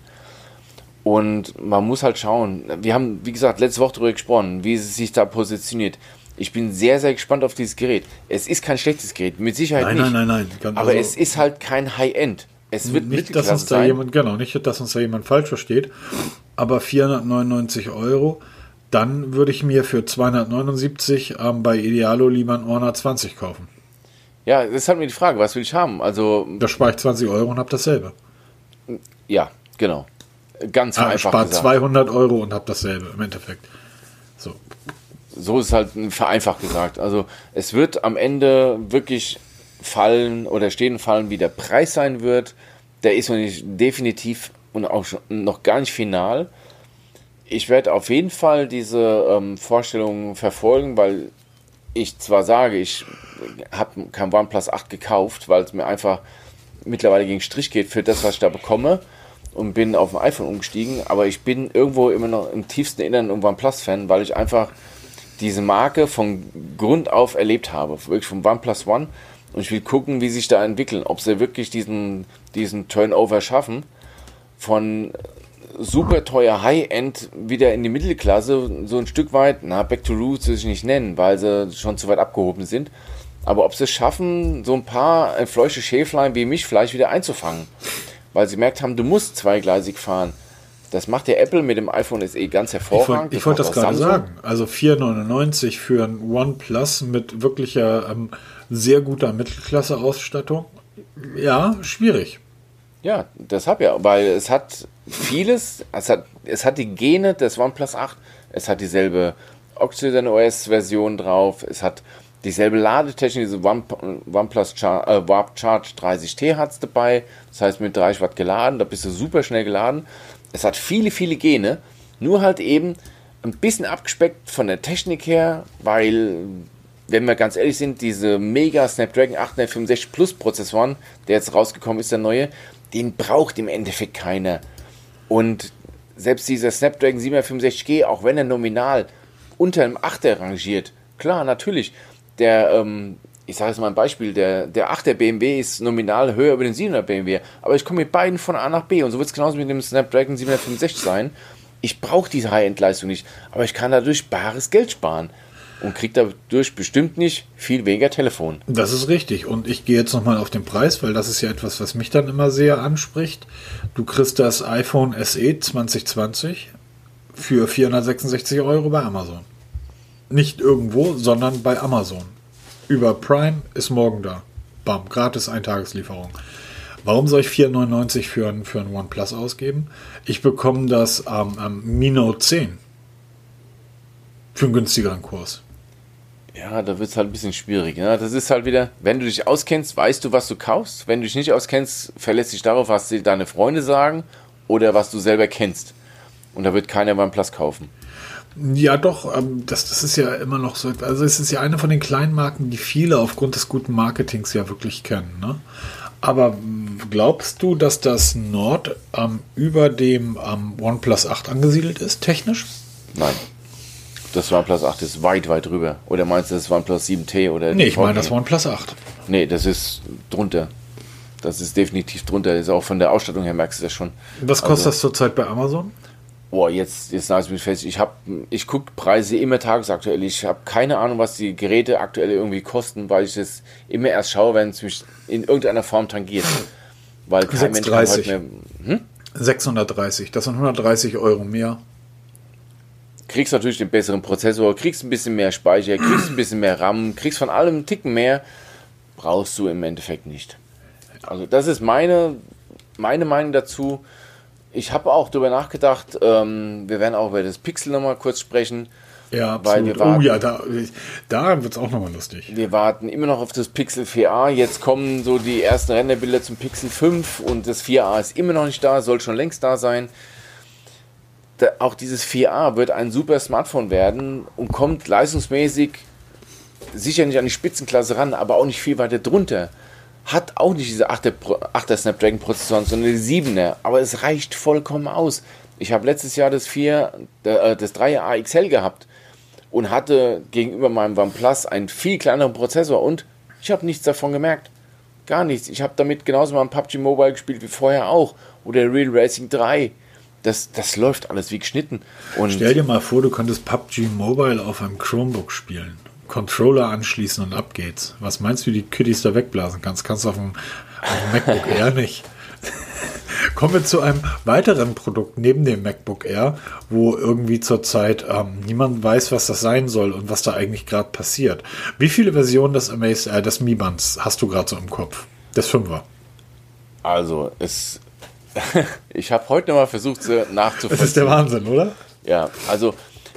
Und man muss halt schauen. Wir haben, wie gesagt, letzte Woche darüber gesprochen, wie es sich da positioniert. Ich bin sehr, sehr gespannt auf dieses Gerät. Es ist kein schlechtes Gerät, mit Sicherheit nein, nicht. Nein, nein, nein. Aber also, es ist halt kein High-End. Es wird nicht, dass uns da sein. jemand, genau, nicht, dass uns da jemand falsch versteht. Aber vierhundertneunundneunzig Euro, dann würde ich mir für zweihundertneunundsiebzig ähm, bei Idealo lieber ein Honor zwanzig kaufen. Ja, das ist halt mir die Frage, was will ich haben? Also, da spare ich zwanzig Euro und habe dasselbe. Ja, genau. Ganz ah, vereinfacht ich spare gesagt. zweihundert Euro und habe dasselbe im Endeffekt. So. So ist es halt vereinfacht gesagt. Also es wird am Ende wirklich fallen oder stehen fallen, wie der Preis sein wird. Der ist noch nicht definitiv und auch schon noch gar nicht final. Ich werde auf jeden Fall diese ähm, Vorstellung verfolgen, weil ich zwar sage, ich habe kein OnePlus acht gekauft, weil es mir einfach mittlerweile gegen Strich geht für das, was ich da bekomme. Und bin auf ein iPhone umgestiegen, aber ich bin irgendwo immer noch im tiefsten Innern ein OnePlus-Fan, weil ich einfach diese Marke von Grund auf erlebt habe, wirklich vom OnePlus One. Und ich will gucken, wie sich da entwickeln, ob sie wirklich diesen, diesen Turnover schaffen, von super teuer High-End wieder in die Mittelklasse, so ein Stück weit, na, Back to Roots will ich nicht nennen, weil sie schon zu weit abgehoben sind. Aber ob sie es schaffen, so ein paar entfleuchte Schäflein wie mich vielleicht wieder einzufangen. Weil sie gemerkt haben, du musst zweigleisig fahren. Das macht der Apple mit dem iPhone S E ganz hervorragend. Ich wollte wollt das gerade sagen. Also vier neunundneunzig für ein OnePlus mit wirklicher ähm, sehr guter Mittelklasse-Ausstattung. Ja, schwierig. Ja, deshalb ja, weil es hat vieles, es hat, es hat die Gene des OnePlus acht, es hat dieselbe OxygenOS-Version drauf, es hat dieselbe Ladetechnik, diese One, OnePlus Char, äh, Warp Charge dreißig T hat es dabei, das heißt mit dreißig Watt geladen, da bist du super schnell geladen. Es hat viele, viele Gene, nur halt eben ein bisschen abgespeckt von der Technik her, weil, wenn wir ganz ehrlich sind, diese mega Snapdragon achthundertfünfundsechzig Plus Prozessoren, der jetzt rausgekommen ist, der neue, den braucht im Endeffekt keiner. Und selbst dieser Snapdragon siebenhundertfünfundsechzig G, auch wenn er nominal unter einem Achter rangiert, klar, natürlich, der ähm, ich sage jetzt mal ein Beispiel, der, der achter B M W ist nominal höher über den siebener B M W, aber ich komme mit beiden von A nach B und so wird es genauso mit dem Snapdragon siebenhundertfünfundsechzig sein. Ich brauche diese High-End-Leistung nicht, aber ich kann dadurch bares Geld sparen und kriege dadurch bestimmt nicht viel weniger Telefon. Das ist richtig. Und ich gehe jetzt nochmal auf den Preis, weil das ist ja etwas, was mich dann immer sehr anspricht. Du kriegst das iPhone S E zwanzig zwanzig für vierhundertsechsundsechzig Euro bei Amazon. Nicht irgendwo, sondern bei Amazon. Über Prime ist morgen da. Bam, gratis Eintageslieferung. Warum soll ich vier neunundneunzig für ein, für ein OnePlus ausgeben? Ich bekomme das am ähm, Mi Note zehn für einen günstigeren Kurs. Ja, da wird es halt ein bisschen schwierig. Ne? Das ist halt wieder, wenn du dich auskennst, weißt du, was du kaufst. Wenn du dich nicht auskennst, verlässt dich darauf, was dir deine Freunde sagen oder was du selber kennst. Und da wird keiner OnePlus kaufen. Ja, doch, ähm, das, das ist ja immer noch so. Also, es ist ja eine von den kleinen Marken, die viele aufgrund des guten Marketings ja wirklich kennen. Ne? Aber glaubst du, dass das Nord ähm, über dem ähm, OnePlus acht angesiedelt ist, technisch? Nein. Das OnePlus acht ist weit, weit drüber. Oder meinst du das OnePlus sieben T? Oder nee, ich meine das OnePlus acht. Nee, das ist drunter. Das ist definitiv drunter. Das ist auch von der Ausstattung her, merkst du das schon. Was kostet also, das zurzeit bei Amazon? Boah, jetzt, jetzt nagst du mich fest. Ich, ich gucke Preise immer tagesaktuell. Ich habe keine Ahnung, was die Geräte aktuell irgendwie kosten, weil ich das immer erst schaue, wenn es mich in irgendeiner Form tangiert. Weil kein Mensch kann heute mehr... Hm? sechshundertdreißig, das sind hundertdreißig Euro mehr. Kriegst natürlich den besseren Prozessor, kriegst ein bisschen mehr Speicher, kriegst ein bisschen mehr RAM, kriegst von allem einen Ticken mehr, brauchst du im Endeffekt nicht. Also das ist meine, meine Meinung dazu. Ich habe auch darüber nachgedacht, ähm, wir werden auch über das Pixel nochmal kurz sprechen. Ja, weil absolut. wir warten, oh ja, da, da wird es auch nochmal lustig. Wir warten immer noch auf das Pixel vier a. Jetzt kommen so die ersten Renderbilder zum Pixel fünf und das vier a ist immer noch nicht da, soll schon längst da sein. Da, auch dieses vier a wird ein super Smartphone werden und kommt leistungsmäßig sicher nicht an die Spitzenklasse ran, aber auch nicht viel weiter drunter. Hat auch nicht diese achter Snapdragon Prozessoren, sondern die siebener, aber es reicht vollkommen aus. Ich habe letztes Jahr das vier, äh, das drei a X L gehabt und hatte gegenüber meinem OnePlus einen viel kleineren Prozessor und ich habe nichts davon gemerkt. Gar nichts. Ich habe damit genauso mal ein P U B G Mobile gespielt wie vorher auch oder Real Racing drei. Das, das läuft alles wie geschnitten. Und stell dir mal vor, du könntest P U B G Mobile auf einem Chromebook spielen. Controller anschließen und ab geht's. Was meinst du, wie die Kiddies da wegblasen kannst? Kannst du auf dem, auf dem MacBook Air nicht. Kommen wir zu einem weiteren Produkt neben dem MacBook Air, wo irgendwie zurzeit ähm, niemand weiß, was das sein soll und was da eigentlich gerade passiert. Wie viele Versionen des, Amaze, äh, des Mi Bands hast du gerade so im Kopf? Des Fünfer. Also, es ich habe heute noch mal versucht, sie nachzuvollziehen. Das ist der Wahnsinn, oder? Ja, also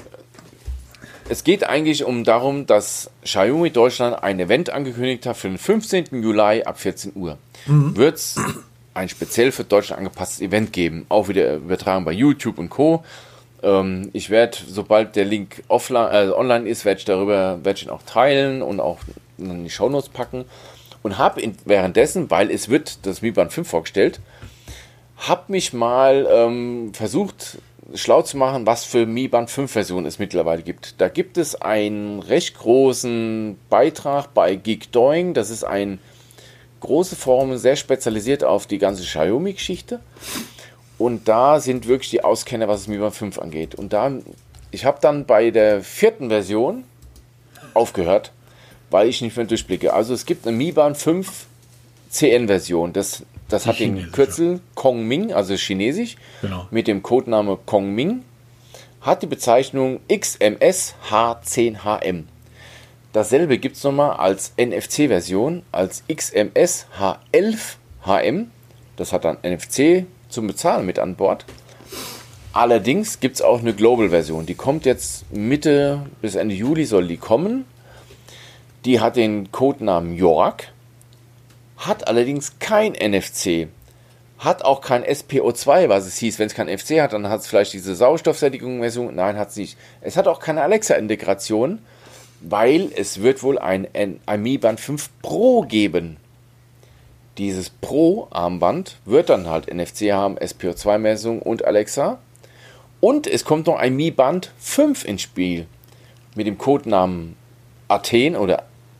es geht eigentlich um darum, dass Xiaomi Deutschland ein Event angekündigt hat für den fünfzehnten Juli ab vierzehn Uhr. Mhm. Wird es ein speziell für Deutschland angepasstes Event geben, auch wieder übertragen bei YouTube und Co. Ähm, ich werde, sobald der Link offline, äh, online ist, werde ich darüber werd ich ihn auch teilen und auch in die Shownotes packen. Und habe währenddessen, weil es wird das Mi Band fünf vorgestellt, habe mich mal ähm, versucht, schlau zu machen, was für Mi Band fünf Versionen es mittlerweile gibt. Da gibt es einen recht großen Beitrag bei Geekdoing. Das ist ein großes Forum, sehr spezialisiert auf die ganze Xiaomi-Geschichte. Und da sind wirklich die Auskenner, was das Mi Band fünf angeht. Und da, ich habe dann bei der vierten Version aufgehört, weil ich nicht mehr durchblicke. Also es gibt eine Mi Band fünf C N-Version. Das Das hat den Kürzel Kongming, also chinesisch, genau, mit dem Codename Kongming, hat die Bezeichnung X M S H zehn H M. Dasselbe gibt es nochmal als N F C-Version, als X M S H elf H M. Das hat dann N F C zum Bezahlen mit an Bord. Allerdings gibt es auch eine Global-Version. Die kommt jetzt Mitte bis Ende Juli, soll die kommen. Die hat den Codenamen York. Hat allerdings kein N F C, hat auch kein S P O zwei, was es hieß. Wenn es kein N F C hat, dann hat es vielleicht diese Sauerstoffsättigung-Version. Nein, hat es nicht. Es hat auch keine Alexa-Integration, weil es wird wohl ein, ein Mi Band fünf Pro geben. Dieses Pro-Armband wird dann halt N F C haben, S P O zwei-Messung und Alexa. Und es kommt noch ein Mi Band fünf ins Spiel mit dem Codenamen Athen oder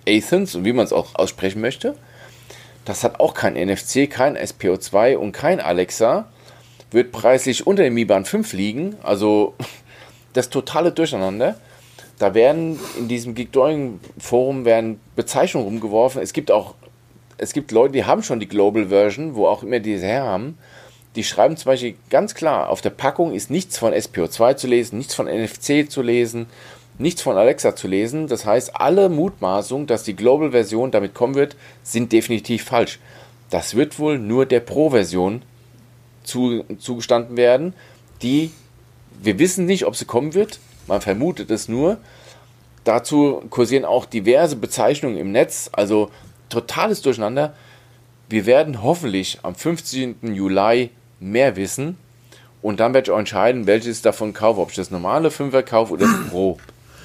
Athens und wie man es auch aussprechen möchte. Das hat auch kein N F C, kein S P O zwei und kein Alexa. Wird preislich unter dem Mi Band fünf liegen. Also das totale Durcheinander. Da werden in diesem Geekdawing-Forum werden Bezeichnungen rumgeworfen. Es gibt auch es gibt Leute, die haben schon die Global Version, wo auch immer diese her haben. Die schreiben zum Beispiel ganz klar, auf der Packung ist nichts von S P O zwei zu lesen, nichts von N F C zu lesen, nichts von Alexa zu lesen. Das heißt, alle Mutmaßungen, dass die Global-Version damit kommen wird, sind definitiv falsch. Das wird wohl nur der Pro-Version zu, zugestanden werden, die, wir wissen nicht, ob sie kommen wird, man vermutet es nur. Dazu kursieren auch diverse Bezeichnungen im Netz, also totales Durcheinander. Wir werden hoffentlich am fünfzehnten Juli mehr wissen und dann werde ich auch entscheiden, welches davon kaufe, ob ich das normale Fünfer kaufe oder das Pro.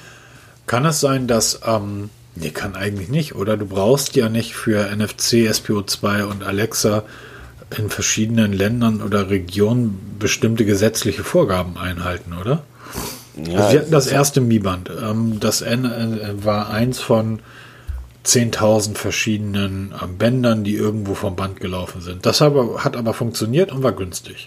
Kann es sein, dass, ähm, nee, kann eigentlich nicht, oder? Du brauchst ja nicht für N F C, S P O zwei und Alexa in verschiedenen Ländern oder Regionen bestimmte gesetzliche Vorgaben einhalten, oder? Ja, also sie hatten das erste Mi Band. Ähm, das N äh, war eins von zehntausend verschiedenen äh, Bändern, die irgendwo vom Band gelaufen sind. Das aber, hat aber funktioniert und war günstig.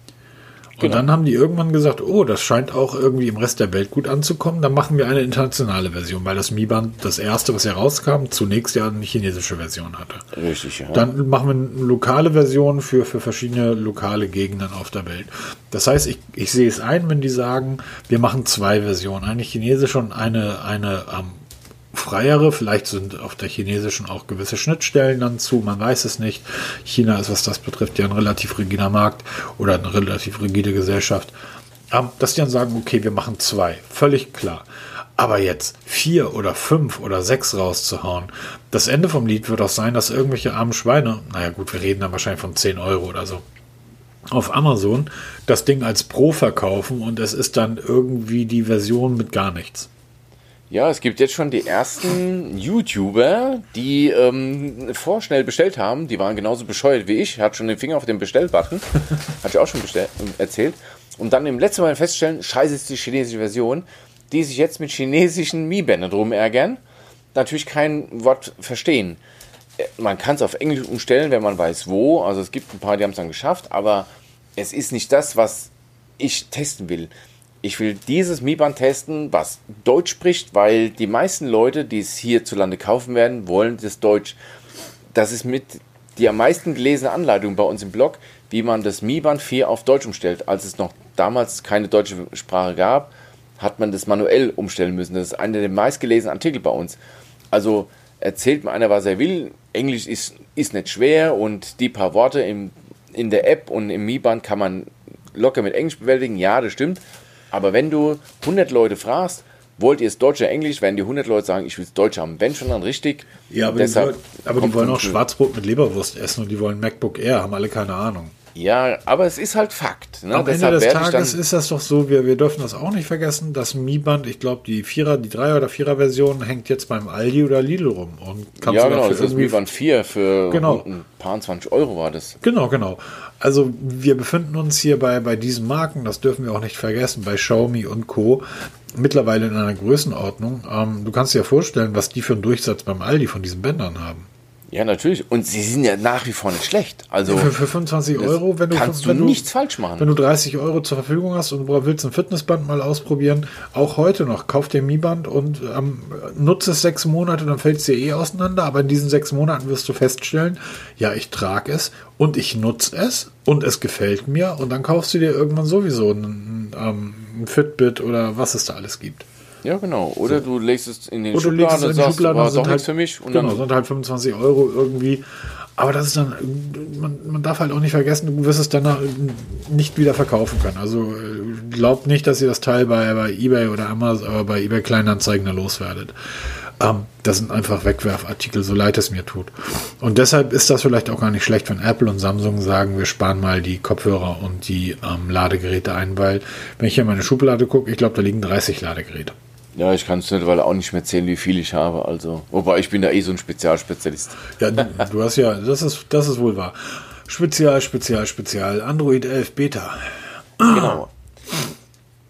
Und genau. Dann haben die irgendwann gesagt, oh, das scheint auch irgendwie im Rest der Welt gut anzukommen, dann machen wir eine internationale Version, weil das Mi Band, das erste, was herauskam, zunächst ja eine chinesische Version hatte. Richtig, ja. Dann machen wir eine lokale Version für, für verschiedene lokale Gegenden auf der Welt. Das heißt, ich, ich sehe es ein, wenn die sagen, wir machen zwei Versionen, eine chinesische und eine, eine ähm, freiere, vielleicht sind auf der chinesischen auch gewisse Schnittstellen dann zu, man weiß es nicht. China ist, was das betrifft, ja ein relativ rigider Markt oder eine relativ rigide Gesellschaft. Ähm, dass die dann sagen, okay, wir machen zwei, völlig klar. Aber jetzt vier oder fünf oder sechs rauszuhauen, das Ende vom Lied wird auch sein, dass irgendwelche armen Schweine, naja gut, wir reden dann wahrscheinlich von zehn Euro oder so, auf Amazon das Ding als Pro verkaufen und es ist dann irgendwie die Version mit gar nichts. Ja, es gibt jetzt schon die ersten YouTuber, die ähm, vorschnell bestellt haben. Die waren genauso bescheuert wie ich. Hat schon den Finger auf den Bestellbutton. Hat ich auch schon bestell- erzählt. Und dann im letzten Mal feststellen, scheiße ist die chinesische Version, die sich jetzt mit chinesischen Mi-Bändern drum ärgern. Natürlich kein Wort verstehen. Man kann es auf Englisch umstellen, wenn man weiß wo. Also es gibt ein paar, die haben es dann geschafft. Aber es ist nicht das, was ich testen will. Ich will dieses Mi Band testen, was Deutsch spricht, weil die meisten Leute, die es hierzulande kaufen werden, wollen das Deutsch. Das ist mit die am meisten gelesene Anleitung bei uns im Blog, wie man das Mi Band vier auf Deutsch umstellt. Als es noch damals keine deutsche Sprache gab, hat man das manuell umstellen müssen. Das ist einer der meistgelesenen Artikel bei uns. Also erzählt mir einer, was er will. Englisch ist, ist nicht schwer und die paar Worte im, in der App und im Mi Band kann man locker mit Englisch bewältigen. Ja, das stimmt. Aber wenn du hundert Leute fragst, wollt ihr es Deutsch oder Englisch, werden die hundert Leute sagen, ich will es Deutsch haben. Wenn schon, dann richtig. Ja, aber, deshalb die, aber die wollen auch Schwarzbrot mit Leberwurst essen und die wollen MacBook Air, haben alle keine Ahnung. Ja, aber es ist halt Fakt. Ne? Am Ende des Tages ist das doch so, wir, wir dürfen das auch nicht vergessen, das Mi Band, ich glaube die Vierer, die Dreier- oder Vierer-Version hängt jetzt beim Aldi oder Lidl rum. Und kannst ja, genau, das ist Mi Band vier für genau. ein paar zwanzig Euro war das. Genau, genau. Also wir befinden uns hier bei, bei diesen Marken, das dürfen wir auch nicht vergessen, bei Xiaomi und Co. mittlerweile in einer Größenordnung. Ähm, du kannst dir ja vorstellen, was die für einen Durchsatz beim Aldi von diesen Bändern haben. Ja, natürlich. Und sie sind ja nach wie vor nicht schlecht. Also ja, für, für fünfundzwanzig Euro, wenn du, kannst wenn du nichts falsch machen. Wenn du dreißig Euro zur Verfügung hast und du willst ein Fitnessband mal ausprobieren, auch heute noch, kauf dir ein Mi-Band und ähm, nutze es sechs Monate, dann fällt es dir eh auseinander. Aber in diesen sechs Monaten wirst du feststellen, ja, ich trage es und ich nutze es und es gefällt mir. Und dann kaufst du dir irgendwann sowieso ein, ein, ein Fitbit oder was es da alles gibt. Ja, genau. Oder so. Du legst es in den Oder Schubladen und sagst, Schubladen, war sind doch halt, nichts für mich. Und genau, dann sind halt fünfundzwanzig Euro irgendwie. Aber das ist dann, man, man darf halt auch nicht vergessen, du wirst es danach nicht wieder verkaufen können. Also glaubt nicht, dass ihr das Teil bei, bei eBay oder Amazon, aber bei eBay Kleinanzeigen da loswerdet. Ähm, das sind einfach Wegwerfartikel, so leid es mir tut. Und deshalb ist das vielleicht auch gar nicht schlecht, wenn Apple und Samsung sagen, wir sparen mal die Kopfhörer und die ähm, Ladegeräte ein, weil wenn ich hier in meine Schublade gucke, ich glaube, da liegen dreißig Ladegeräte. Ja, ich kann es mittlerweile auch nicht mehr zählen, wie viel ich habe. Also, wobei ich bin da eh so ein Spezialspezialist. Ja, du, du hast ja, das ist, das ist wohl wahr. Spezial, Spezial, Spezial. Android elf Beta. Genau.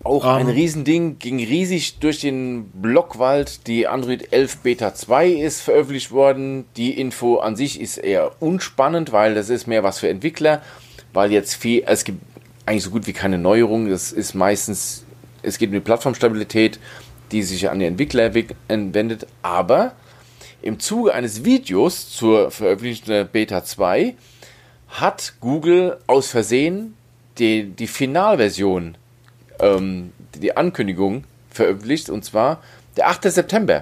Auch Um, ein Riesending, ging riesig durch den Blockwald. Die Android elf Beta zwei ist veröffentlicht worden. Die Info an sich ist eher unspannend, weil das ist mehr was für Entwickler, weil jetzt viel, es gibt eigentlich so gut wie keine Neuerung. Das ist meistens, es geht um die Plattformstabilität, die sich an die Entwickler wendet. Aber im Zuge eines Videos zur veröffentlichten Beta zwei hat Google aus Versehen die, die Finalversion, ähm, die Ankündigung veröffentlicht, und zwar der achte September.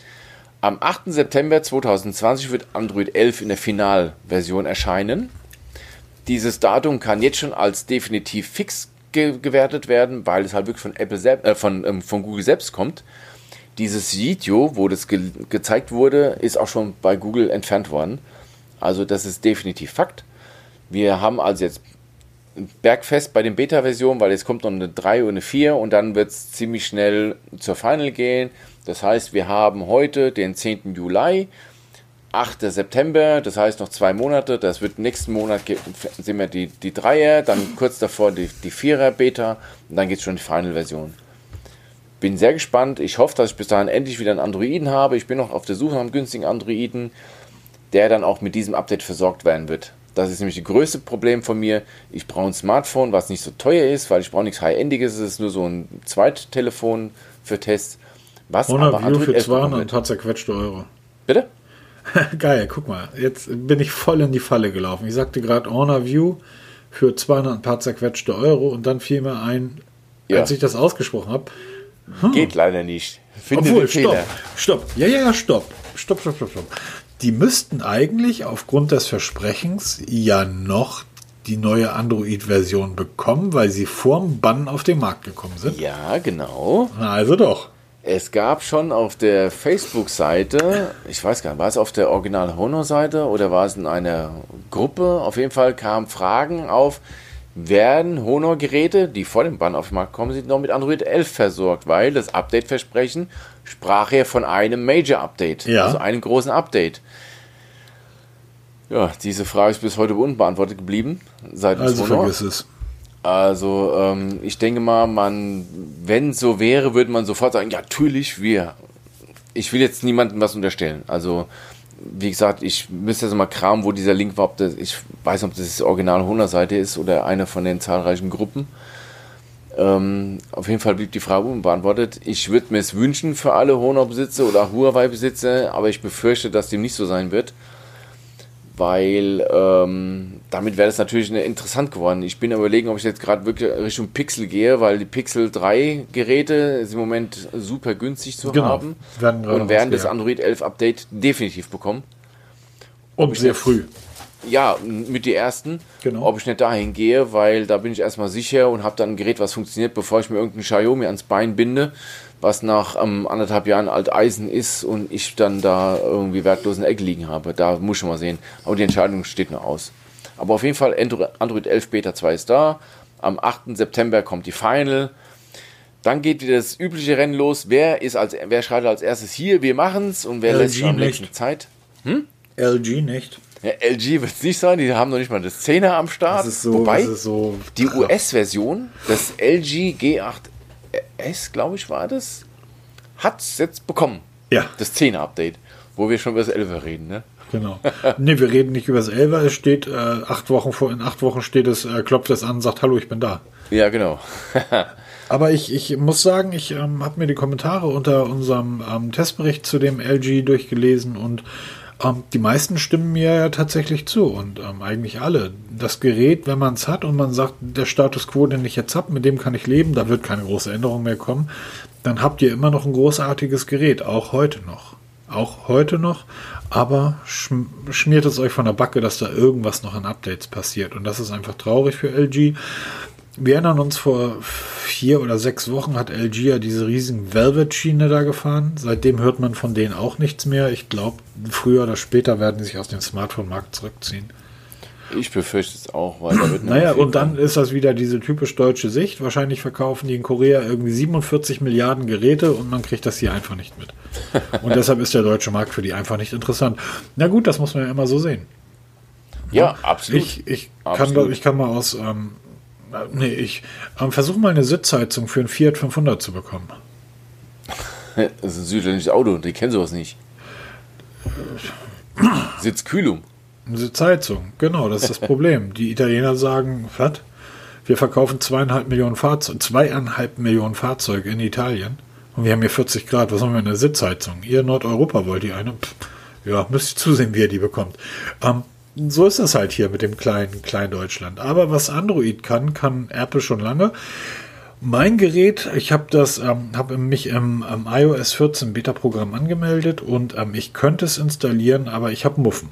Am achten September zweitausendzwanzig wird Android elf in der Finalversion erscheinen. Dieses Datum kann jetzt schon als definitiv fix ge- gewertet werden, weil es halt wirklich von Apple selbst, äh, von, ähm, von Google selbst kommt. Dieses Video, wo das ge- gezeigt wurde, ist auch schon bei Google entfernt worden. Also das ist definitiv Fakt. Wir haben also jetzt ein Bergfest bei den Beta-Versionen, weil jetzt kommt noch eine drei und eine vier und dann wird es ziemlich schnell zur Final gehen. Das heißt, wir haben heute den zehnten Juli, achten September, das heißt noch zwei Monate. Das wird nächsten Monat, sehen wir die, die Dreier, dann kurz davor die, die Vierer-Beta und dann geht es schon in die Final-Version. Bin sehr gespannt. Ich hoffe, dass ich bis dahin endlich wieder einen Androiden habe. Ich bin noch auf der Suche nach einem günstigen Androiden, der dann auch mit diesem Update versorgt werden wird. Das ist nämlich das größte Problem von mir. Ich brauche ein Smartphone, was nicht so teuer ist, weil ich brauche nichts High-Endiges. Es ist nur so ein Zweittelefon für Tests. Was Honor aber View für elf zweihundert und ein wird. paar zerquetschte Euro. Bitte? Geil, guck mal. Jetzt bin ich voll in die Falle gelaufen. Ich sagte gerade Honor View für zweihundert und ein paar zerquetschte Euro und dann fiel mir ein, Ja. als ich das ausgesprochen habe. Hm. Geht leider nicht. Finde Obwohl, den stopp, Fehler. stopp. Ja, ja, ja, stopp. Stopp, stopp, stopp, stopp. Die müssten eigentlich aufgrund des Versprechens ja noch die neue Android-Version bekommen, weil sie vorm Bann auf den Markt gekommen sind. Ja, genau. Na, also doch. Es gab schon auf der Facebook-Seite, ich weiß gar nicht, war es auf der Original-Honor-Seite oder war es in einer Gruppe? Auf jeden Fall kamen Fragen auf, werden Honor-Geräte, die vor dem Bann auf den Markt kommen, sind noch mit Android elf versorgt, weil das Update-Versprechen sprach ja von einem Major-Update, Ja. also einem großen Update. Ja, diese Frage ist bis heute unbeantwortet geblieben, seitens Also Honor. vergiss es. Also ähm, ich denke mal, man, wenn es so wäre, würde man sofort sagen, ja, natürlich, wir. Ich will jetzt niemandem was unterstellen. Also wie gesagt, ich müsste jetzt mal kramen, wo dieser Link war. Ob das, ich weiß nicht, ob das die Original-Honor-Seite ist oder eine von den zahlreichen Gruppen. Ähm, auf jeden Fall blieb die Frage unbeantwortet. Ich würde mir es wünschen für alle Honor-Besitzer oder Huawei-Besitzer, aber ich befürchte, dass dem nicht so sein wird. Weil ähm, damit wäre das natürlich interessant geworden. Ich bin am Überlegen, ob ich jetzt gerade wirklich Richtung Pixel gehe, weil die Pixel drei Geräte sind im Moment super günstig zu Genau. haben Werden gerade und werden das rausgejagt. Android elf Update definitiv bekommen. Und sehr früh. Ja, mit die ersten. Genau. Ob ich nicht dahin gehe, weil da bin ich erstmal sicher und habe dann ein Gerät, was funktioniert, bevor ich mir irgendein Xiaomi ans Bein binde, was nach ähm, anderthalb Jahren Alteisen ist und ich dann da irgendwie wertlos in der Ecke liegen habe. Da muss ich schon mal sehen. Aber die Entscheidung steht noch aus. Aber auf jeden Fall, Android elf Beta zwei ist da. Am achten September kommt die Final. Dann geht wieder das übliche Rennen los. Wer ist als, wer schreitet als erstes hier? Wir machen's und wer L G lässt sich am nicht. nächsten Zeit? L G nicht. Ja, L G wird es nicht sein, die haben noch nicht mal das zehner am Start. Das ist so, Wobei, das ist so die U S-Version, das L G G acht S, glaube ich, war das, hat es jetzt bekommen. Ja. Das zehner Update, wo wir schon über das elfer reden, ne? Genau. Ne, wir reden nicht über das Elfer. Es steht äh, acht Wochen vor, in acht Wochen steht es, äh, klopft es an und sagt, hallo, ich bin da. Ja, genau. Aber ich, ich muss sagen, ich ähm, habe mir die Kommentare unter unserem ähm, Testbericht zu dem L G durchgelesen und ähm, die meisten stimmen mir ja tatsächlich zu und ähm, eigentlich alle. Das Gerät, wenn man es hat und man sagt, der Status Quo, den ich jetzt habe, mit dem kann ich leben, da wird keine große Änderung mehr kommen, dann habt ihr immer noch ein großartiges Gerät, auch heute noch. Auch heute noch, aber schm schmiert es euch von der Backe, dass da irgendwas noch an Updates passiert. Und das ist einfach traurig für L G. Wir erinnern uns, vor vier oder sechs Wochen hat L G ja diese riesigen Velvet-Schiene da gefahren. Seitdem hört man von denen auch nichts mehr. Ich glaube, früher oder später werden die sich aus dem Smartphone-Markt zurückziehen. Ich befürchte es auch, weil da wird Naja, und dann ist das wieder diese typisch deutsche Sicht. Wahrscheinlich verkaufen die in Korea irgendwie siebenundvierzig Milliarden Geräte und man kriegt das hier einfach nicht mit. Und deshalb ist der deutsche Markt für die einfach nicht interessant. Na gut, das muss man ja immer so sehen. Ja, absolut. Ich, ich, Absolut. Kann, ich kann mal aus ähm, Nee, ich ähm, versuche mal eine Sitzheizung für einen Fiat fünfhundert zu bekommen. Das ist ein südländisches Auto, die kennen sowas nicht. Sitzkühlung. Sitzheizung, genau, das ist das Problem. Die Italiener sagen, was? Wir verkaufen zweieinhalb Millionen Fahrzeuge, zweieinhalb Millionen Fahrzeuge in Italien und wir haben hier vierzig Grad. Was haben wir, eine Sitzheizung? Ihr in Nordeuropa wollt ihr eine? Pff, ja, müsst ihr zusehen, wie ihr die bekommt. Ähm, so ist das halt hier mit dem kleinen, kleinen Deutschland. Aber was Android kann, kann Apple schon lange. Mein Gerät, ich habe das, ähm, habe mich im, im i O S vierzehn Beta-Programm angemeldet und ähm, ich könnte es installieren, aber ich habe Muffen.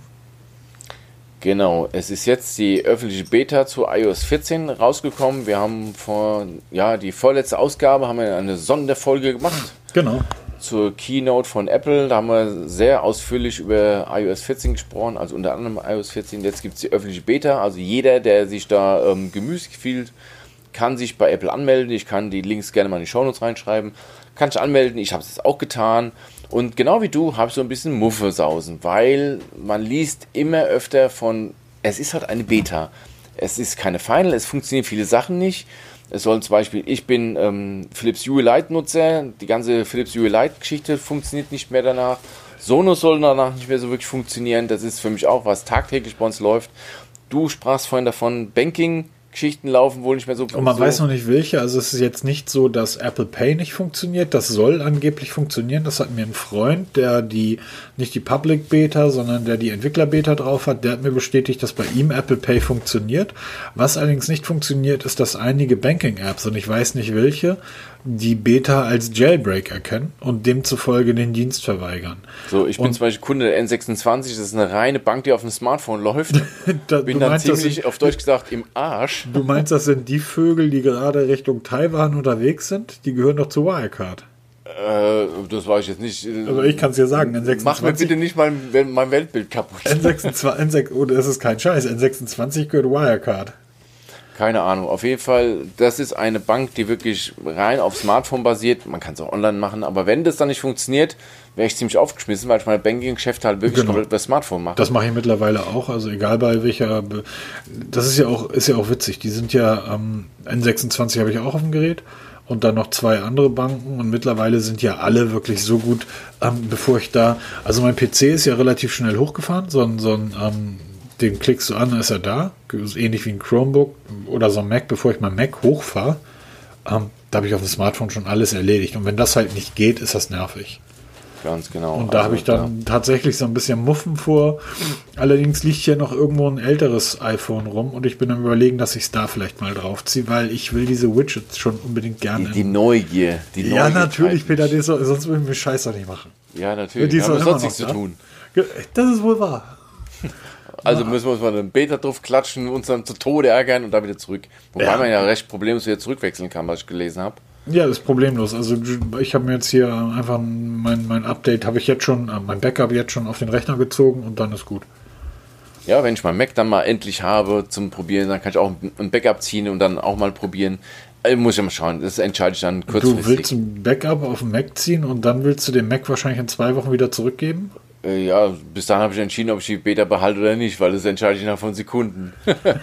Genau, es ist jetzt die öffentliche Beta zu i O S vierzehn rausgekommen. Wir haben vor, ja, die vorletzte Ausgabe haben wir eine Sonderfolge gemacht. Genau. Zur Keynote von Apple. Da haben wir sehr ausführlich über i O S vierzehn gesprochen, also unter anderem i O S vierzehn. Jetzt gibt es die öffentliche Beta. Also jeder, der sich da ähm, gemüßig fühlt, kann sich bei Apple anmelden. Ich kann die Links gerne mal in die Shownotes reinschreiben. Kann sich anmelden. Ich habe es jetzt auch getan. Und genau wie du habe ich so ein bisschen Muffesausen, weil man liest immer öfter von, es ist halt eine Beta. Es ist keine Final, es funktionieren viele Sachen nicht. Es sollen zum Beispiel, ich bin ähm, Philips Hue Lite Nutzer, die ganze Philips Hue Lite Geschichte funktioniert nicht mehr danach. Sonos soll danach nicht mehr so wirklich funktionieren. Das ist für mich auch, was tagtäglich bei uns läuft. Du sprachst vorhin davon, Banking Geschichten laufen wohl nicht mehr so. Und man so. weiß noch nicht welche. Also es ist jetzt nicht so, dass Apple Pay nicht funktioniert. Das soll angeblich funktionieren. Das hat mir ein Freund, der die, nicht die Public Beta, sondern der die Entwickler Beta drauf hat, der hat mir bestätigt, dass bei ihm Apple Pay funktioniert. Was allerdings nicht funktioniert, ist, dass einige Banking Apps, und ich weiß nicht welche, die Beta als Jailbreak erkennen und demzufolge den Dienst verweigern. So, ich bin und zum Beispiel Kunde der N sechsundzwanzig, das ist eine reine Bank, die auf dem Smartphone läuft. da, bin dann meinst, ziemlich, sind, auf Deutsch gesagt, im Arsch. Du meinst, das sind die Vögel, die gerade Richtung Taiwan unterwegs sind? Die gehören doch zu Wirecard. Äh, das weiß ich jetzt nicht. Also ich kann es dir sagen, N sechsundzwanzig... Mach mir bitte nicht mein, mein Weltbild kaputt. N sechsundzwanzig, N sechs, oh, das ist kein Scheiß, N sechsundzwanzig gehört Wirecard. Keine Ahnung. Auf jeden Fall, das ist eine Bank, die wirklich rein auf Smartphone basiert. Man kann es auch online machen, aber wenn das dann nicht funktioniert, wäre ich ziemlich aufgeschmissen, weil ich meine Banking-Geschäfte halt wirklich Genau. über Smartphone mache. Das mache ich mittlerweile auch, also egal bei welcher... Das ist ja auch, ist ja auch witzig. Die sind ja, ähm, N sechsundzwanzig habe ich auch auf dem Gerät und dann noch zwei andere Banken und mittlerweile sind ja alle wirklich so gut, ähm, bevor ich da... Also mein P C ist ja relativ schnell hochgefahren, so ein... So ein ähm, den klickst du an, ist er da. Ist ähnlich wie ein Chromebook oder so ein Mac, bevor ich mein Mac hochfahre. Ähm, da habe ich auf dem Smartphone schon alles erledigt. Und wenn das halt nicht geht, ist das nervig. Ganz genau. Und da also, habe ich dann ja. tatsächlich so ein bisschen Muffen vor. Allerdings liegt hier noch irgendwo ein älteres iPhone rum und ich bin am Überlegen, dass ich es da vielleicht mal draufziehe, weil ich will diese Widgets schon unbedingt gerne. Die, die Neugier. Die ja, Neugier natürlich, Peter, die soll, sonst würden wir Scheiß doch nicht machen. Ja, natürlich. Die Wir haben soll sonst nichts zu da. tun. Das ist wohl wahr. Also müssen wir uns mal einen Beta drauf klatschen, uns dann zu Tode ärgern und dann wieder zurück. Wobei ja. man ja recht problemlos wieder zurückwechseln kann, was ich gelesen habe. Ja, ist problemlos. Also ich habe mir jetzt hier einfach mein, mein Update, habe ich jetzt schon, mein Backup jetzt schon auf den Rechner gezogen und dann ist gut. Ja, wenn ich mein Mac dann mal endlich habe zum Probieren, dann kann ich auch ein Backup ziehen und dann auch mal probieren. Also muss ich ja mal schauen, das entscheide ich dann kurzfristig. Du willst ein Backup auf den Mac ziehen und dann willst du den Mac wahrscheinlich in zwei Wochen wieder zurückgeben? Ja, bis dahin habe ich entschieden, ob ich die Beta behalte oder nicht, weil das entscheide ich nach von Sekunden.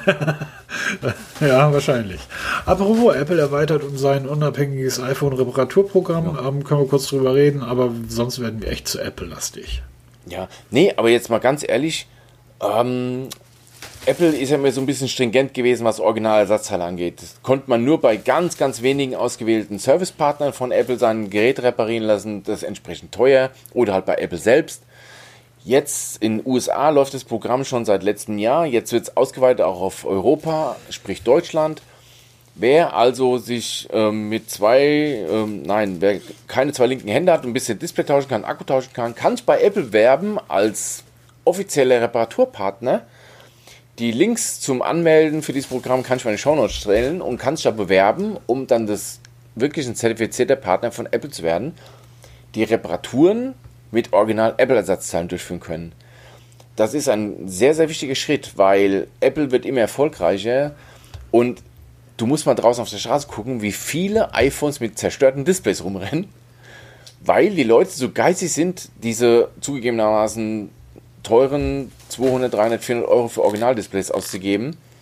Ja, wahrscheinlich. Apropos, Apple erweitert um sein unabhängiges iPhone-Reparaturprogramm. Ja. Ähm, können wir kurz drüber reden, aber sonst werden wir echt zu Apple-lastig. Ja, nee, aber jetzt mal ganz ehrlich, ähm, Apple ist ja immer so ein bisschen stringent gewesen, was Originalersatzteile angeht. Das konnte man nur bei ganz, ganz wenigen ausgewählten Servicepartnern von Apple sein Gerät reparieren lassen, das ist entsprechend teuer, oder halt bei Apple selbst. Jetzt in den U S A läuft das Programm schon seit letztem Jahr. Jetzt wird es ausgeweitet auch auf Europa, sprich Deutschland. Wer also sich ähm, mit zwei, ähm, nein, wer keine zwei linken Hände hat und ein bisschen Display tauschen kann, Akku tauschen kann, kann sich bei Apple werben als offizieller Reparaturpartner. Die Links zum Anmelden für dieses Programm kann ich meine Shownotes stellen und kann sich da bewerben, um dann das wirklich ein zertifizierter Partner von Apple zu werden, die Reparaturen mit Original-Apple-Ersatzteilen durchführen können. Das ist ein sehr, sehr wichtiger Schritt, weil Apple wird immer erfolgreicher und du musst mal draußen auf der Straße gucken, wie viele iPhones mit zerstörten Displays rumrennen, weil die Leute so geizig sind, diese zugegebenermaßen teuren zweihundert, dreihundert, vierhundert Euro für Originaldisplays auszugeben,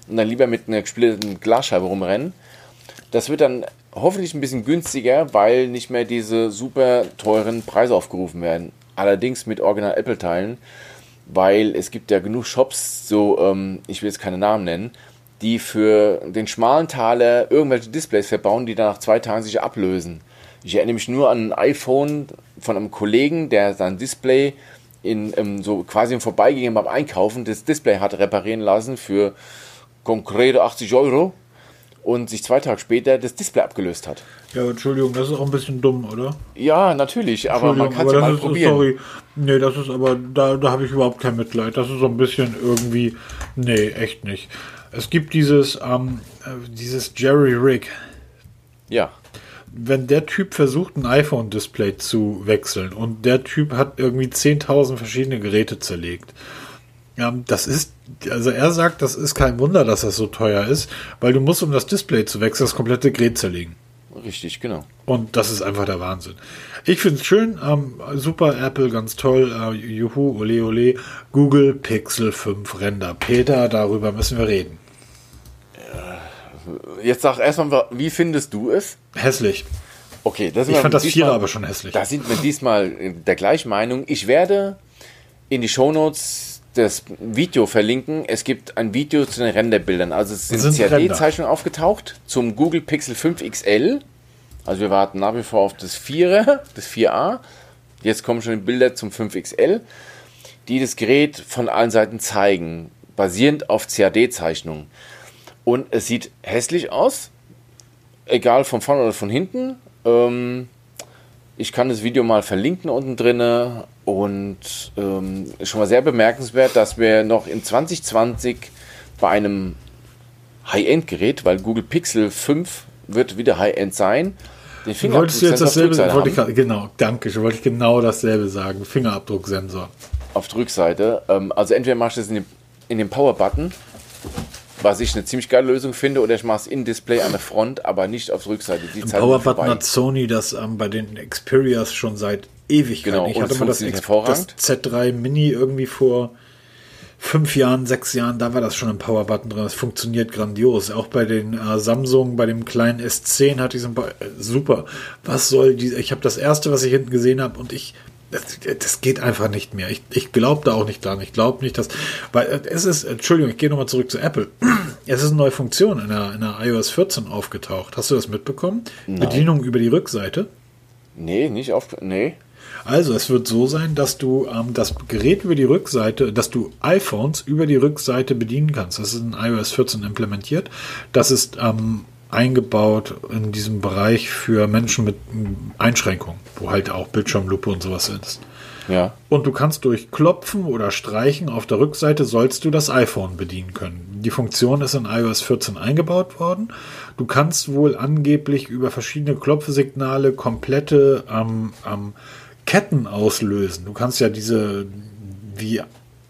und dann lieber mit einer gesplitterten Glasscheibe rumrennen. Das wird dann hoffentlich ein bisschen günstiger, weil nicht mehr diese super teuren Preise aufgerufen werden. Allerdings mit Original-Apple-Teilen, weil es gibt ja genug Shops, so, ähm, ich will jetzt keine Namen nennen, die für den schmalen Taler irgendwelche Displays verbauen, die dann nach zwei Tagen sich ablösen. Ich erinnere mich nur an ein iPhone von einem Kollegen, der sein Display in ähm, so quasi im Vorbeigehen beim Einkaufen das Display hat reparieren lassen für konkrete achtzig Euro und sich zwei Tage später das Display abgelöst hat. Ja, Entschuldigung, das ist auch ein bisschen dumm, oder? Ja, natürlich, aber man kann es ja mal ist, probieren. Sorry, nee, das ist aber, da, da habe ich überhaupt kein Mitleid. Das ist so ein bisschen irgendwie, nee, echt nicht. Es gibt dieses, ähm, dieses Jerry Rig. Ja. Wenn der Typ versucht, ein iPhone-Display zu wechseln und der Typ hat irgendwie zehntausend verschiedene Geräte zerlegt. Ja, das ist, also er sagt, das ist kein Wunder, dass das so teuer ist, weil du musst, um das Display zu wechseln, das komplette Gerät zerlegen. Richtig, genau. Und das ist einfach der Wahnsinn. Ich finde es schön, ähm, super, Apple, ganz toll, äh, juhu, ole ole, Google Pixel fünf Render. Peter, darüber müssen wir reden. Jetzt sag erstmal, wie findest du es? Hässlich. Okay, das ich fand das Vierer aber schon hässlich. Da sind wir diesmal der gleichen Meinung. Ich werde in die Shownotes das Video verlinken. Es gibt ein Video zu den Renderbildern. Also es sind, sind C A D-Zeichnungen aufgetaucht zum Google Pixel fünf X L. Also wir warten nach wie vor auf das Vierer, das vier A. Jetzt kommen schon die Bilder zum fünf X L, die das Gerät von allen Seiten zeigen, basierend auf C A D-Zeichnungen. Und es sieht hässlich aus, egal von vorne oder von hinten. Ähm, ich kann das Video mal verlinken unten drin und ähm, schon mal sehr bemerkenswert, dass wir noch in zwanzig zwanzig bei einem High-End-Gerät, weil Google Pixel fünf wird wieder High-End sein, den Fingerabdrucksensor auf der Rückseite wollte ich, genau, danke, ich wollte genau dasselbe sagen, Fingerabdrucksensor. Auf der Rückseite, ähm, also entweder machst du das in dem, in dem Power-Button, was ich eine ziemlich geile Lösung finde, oder ich mache es in Display an der Front, aber nicht auf der Rückseite. Die Im Powerbutton hat Sony das ähm, bei den Xperias schon seit Ewigkeiten. Genau, ich hatte mal das, das Z drei Mini irgendwie vor fünf Jahren, sechs Jahren, da war das schon im Powerbutton drin. Das funktioniert grandios. Auch bei den äh, Samsung, bei dem kleinen S zehn hatte ich so ein paar, äh, super. Was soll die, ich habe das erste, was ich hinten gesehen habe und ich Das, das geht einfach nicht mehr. Ich, ich glaube da auch nicht dran. Ich glaube nicht, dass. Weil es ist, Entschuldigung, ich gehe nochmal zurück zu Apple. Es ist eine neue Funktion in der, in der i O S vierzehn aufgetaucht. Hast du das mitbekommen? Nein. Bedienung über die Rückseite? Nee, nicht auf. Nee. Also, es wird so sein, dass du ähm, das Gerät über die Rückseite, dass du iPhones über die Rückseite bedienen kannst. Das ist in i O S vierzehn implementiert. Das ist ähm, eingebaut in diesem Bereich für Menschen mit Einschränkungen, wo halt auch Bildschirmlupe und sowas ist. Ja. Und du kannst durch Klopfen oder Streichen auf der Rückseite sollst du das iPhone bedienen können. Die Funktion ist in i O S vierzehn eingebaut worden. Du kannst wohl angeblich über verschiedene Klopfsignale komplette ähm, ähm, Ketten auslösen. Du kannst ja diese wie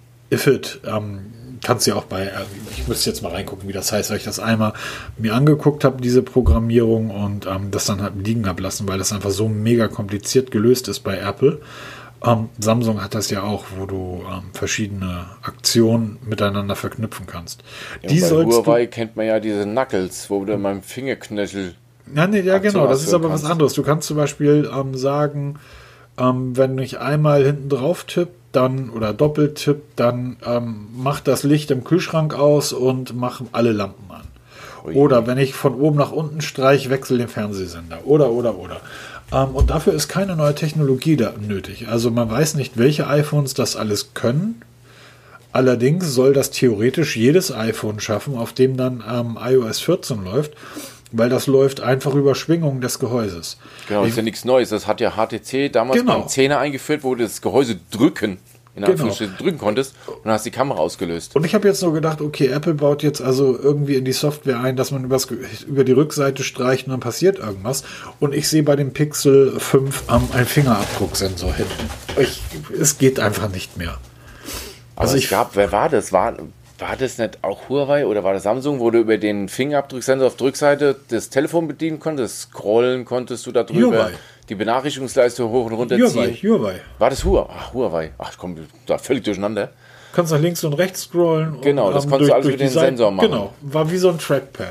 Ifit ähm, kannst du ja auch bei, ich müsste jetzt mal reingucken, wie das heißt, weil ich das einmal mir angeguckt habe, diese Programmierung, und ähm, das dann halt liegen habe lassen, weil das einfach so mega kompliziert gelöst ist bei Apple. Ähm, Samsung hat das ja auch, wo du ähm, verschiedene Aktionen miteinander verknüpfen kannst. Ja, die bei Huawei du, kennt man ja diese Knuckles, wo du in meinem Fingerknöchel. Ja, nee, ja, genau, das ist aber kannst. was anderes. Du kannst zum Beispiel ähm, sagen, ähm, wenn ich einmal hinten drauf tippe, dann oder Doppeltipp, dann ähm, mach das Licht im Kühlschrank aus und mach alle Lampen an. Ui. Oder wenn ich von oben nach unten streiche, wechsel den Fernsehsender. Oder, oder, oder. Ähm, und dafür ist keine neue Technologie da nötig. Also man weiß nicht, welche iPhones das alles können. Allerdings soll das theoretisch jedes iPhone schaffen, auf dem dann ähm, i O S vierzehn läuft. Weil das läuft einfach über Schwingungen des Gehäuses. Genau, das ist ja nichts Neues. Das hat ja H T C damals genau. beim zehner eingeführt, wo du das Gehäuse drücken, in Anführungsstrichen genau. drücken konntest und dann hast die Kamera ausgelöst. Und ich habe jetzt nur gedacht, okay, Apple baut jetzt also irgendwie in die Software ein, dass man übers, über die Rückseite streicht und dann passiert irgendwas. Und ich sehe bei dem Pixel fünf ähm, einen Fingerabdrucksensor hin. Ich, es geht einfach nicht mehr. Also Aber ich gab, wer war das? War... War das nicht auch Huawei oder war das Samsung, wo du über den Fingerabdrucksensor auf der Rückseite das Telefon bedienen konntest? Scrollen konntest du da drüber? Huawei. Die Benachrichtigungsleiste hoch und runter ziehen? Huawei, Huawei. War das Huawei? Ach, Huawei. Ach, ich komme da völlig durcheinander. Kannst nach links und rechts scrollen. Genau, und, das ähm, konntest durch, du alles durch mit den die Seiten- Sensor machen. Genau, war wie so ein Trackpad.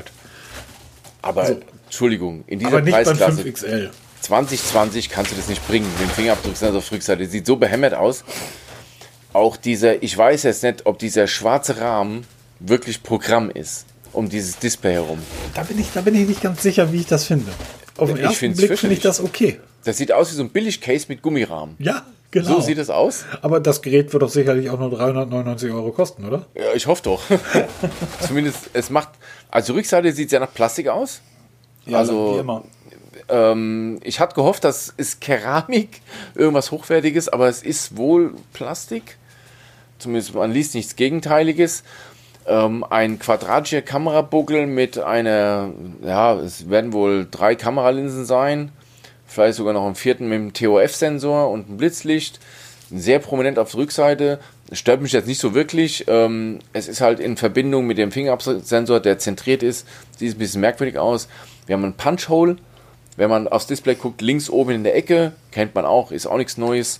Aber, Also- Entschuldigung, in dieser Aber nicht beim Preisklasse fünf X L. zwanzig zwanzig kannst du das nicht bringen. Mit dem Fingerabdrucksensor auf der Rückseite. Das sieht so behämmert aus. Auch dieser, ich weiß jetzt nicht, ob dieser schwarze Rahmen wirklich Programm ist, um dieses Display herum. Da bin ich, da bin ich nicht ganz sicher, wie ich das finde. Auf den Ich ersten find's Blick finde ich fürchterlich. das okay. Das sieht aus wie so ein Billig-Case mit Gummirahmen. Ja, genau. So sieht es aus. Aber das Gerät wird doch sicherlich auch nur dreihundertneunundneunzig Euro kosten, oder? Ja, ich hoffe doch. Zumindest, es macht, also die Rückseite sieht sehr nach Plastik aus. Also, wie immer. Ähm, ich hatte gehofft, das ist Keramik, irgendwas Hochwertiges, aber es ist wohl Plastik. Zumindest man liest nichts Gegenteiliges. Ähm, ein quadratischer Kamerabuckel mit einer, ja, es werden wohl drei Kameralinsen sein, vielleicht sogar noch einen vierten mit einem T O F-Sensor und ein Blitzlicht. Sehr prominent auf der Rückseite. Stört mich jetzt nicht so wirklich. Ähm, es ist halt in Verbindung mit dem Fingerabdrucksensor, der zentriert ist. Sieht ein bisschen merkwürdig aus. Wir haben einen Punch-Hole. Wenn man aufs Display guckt, links oben in der Ecke, kennt man auch, ist auch nichts Neues.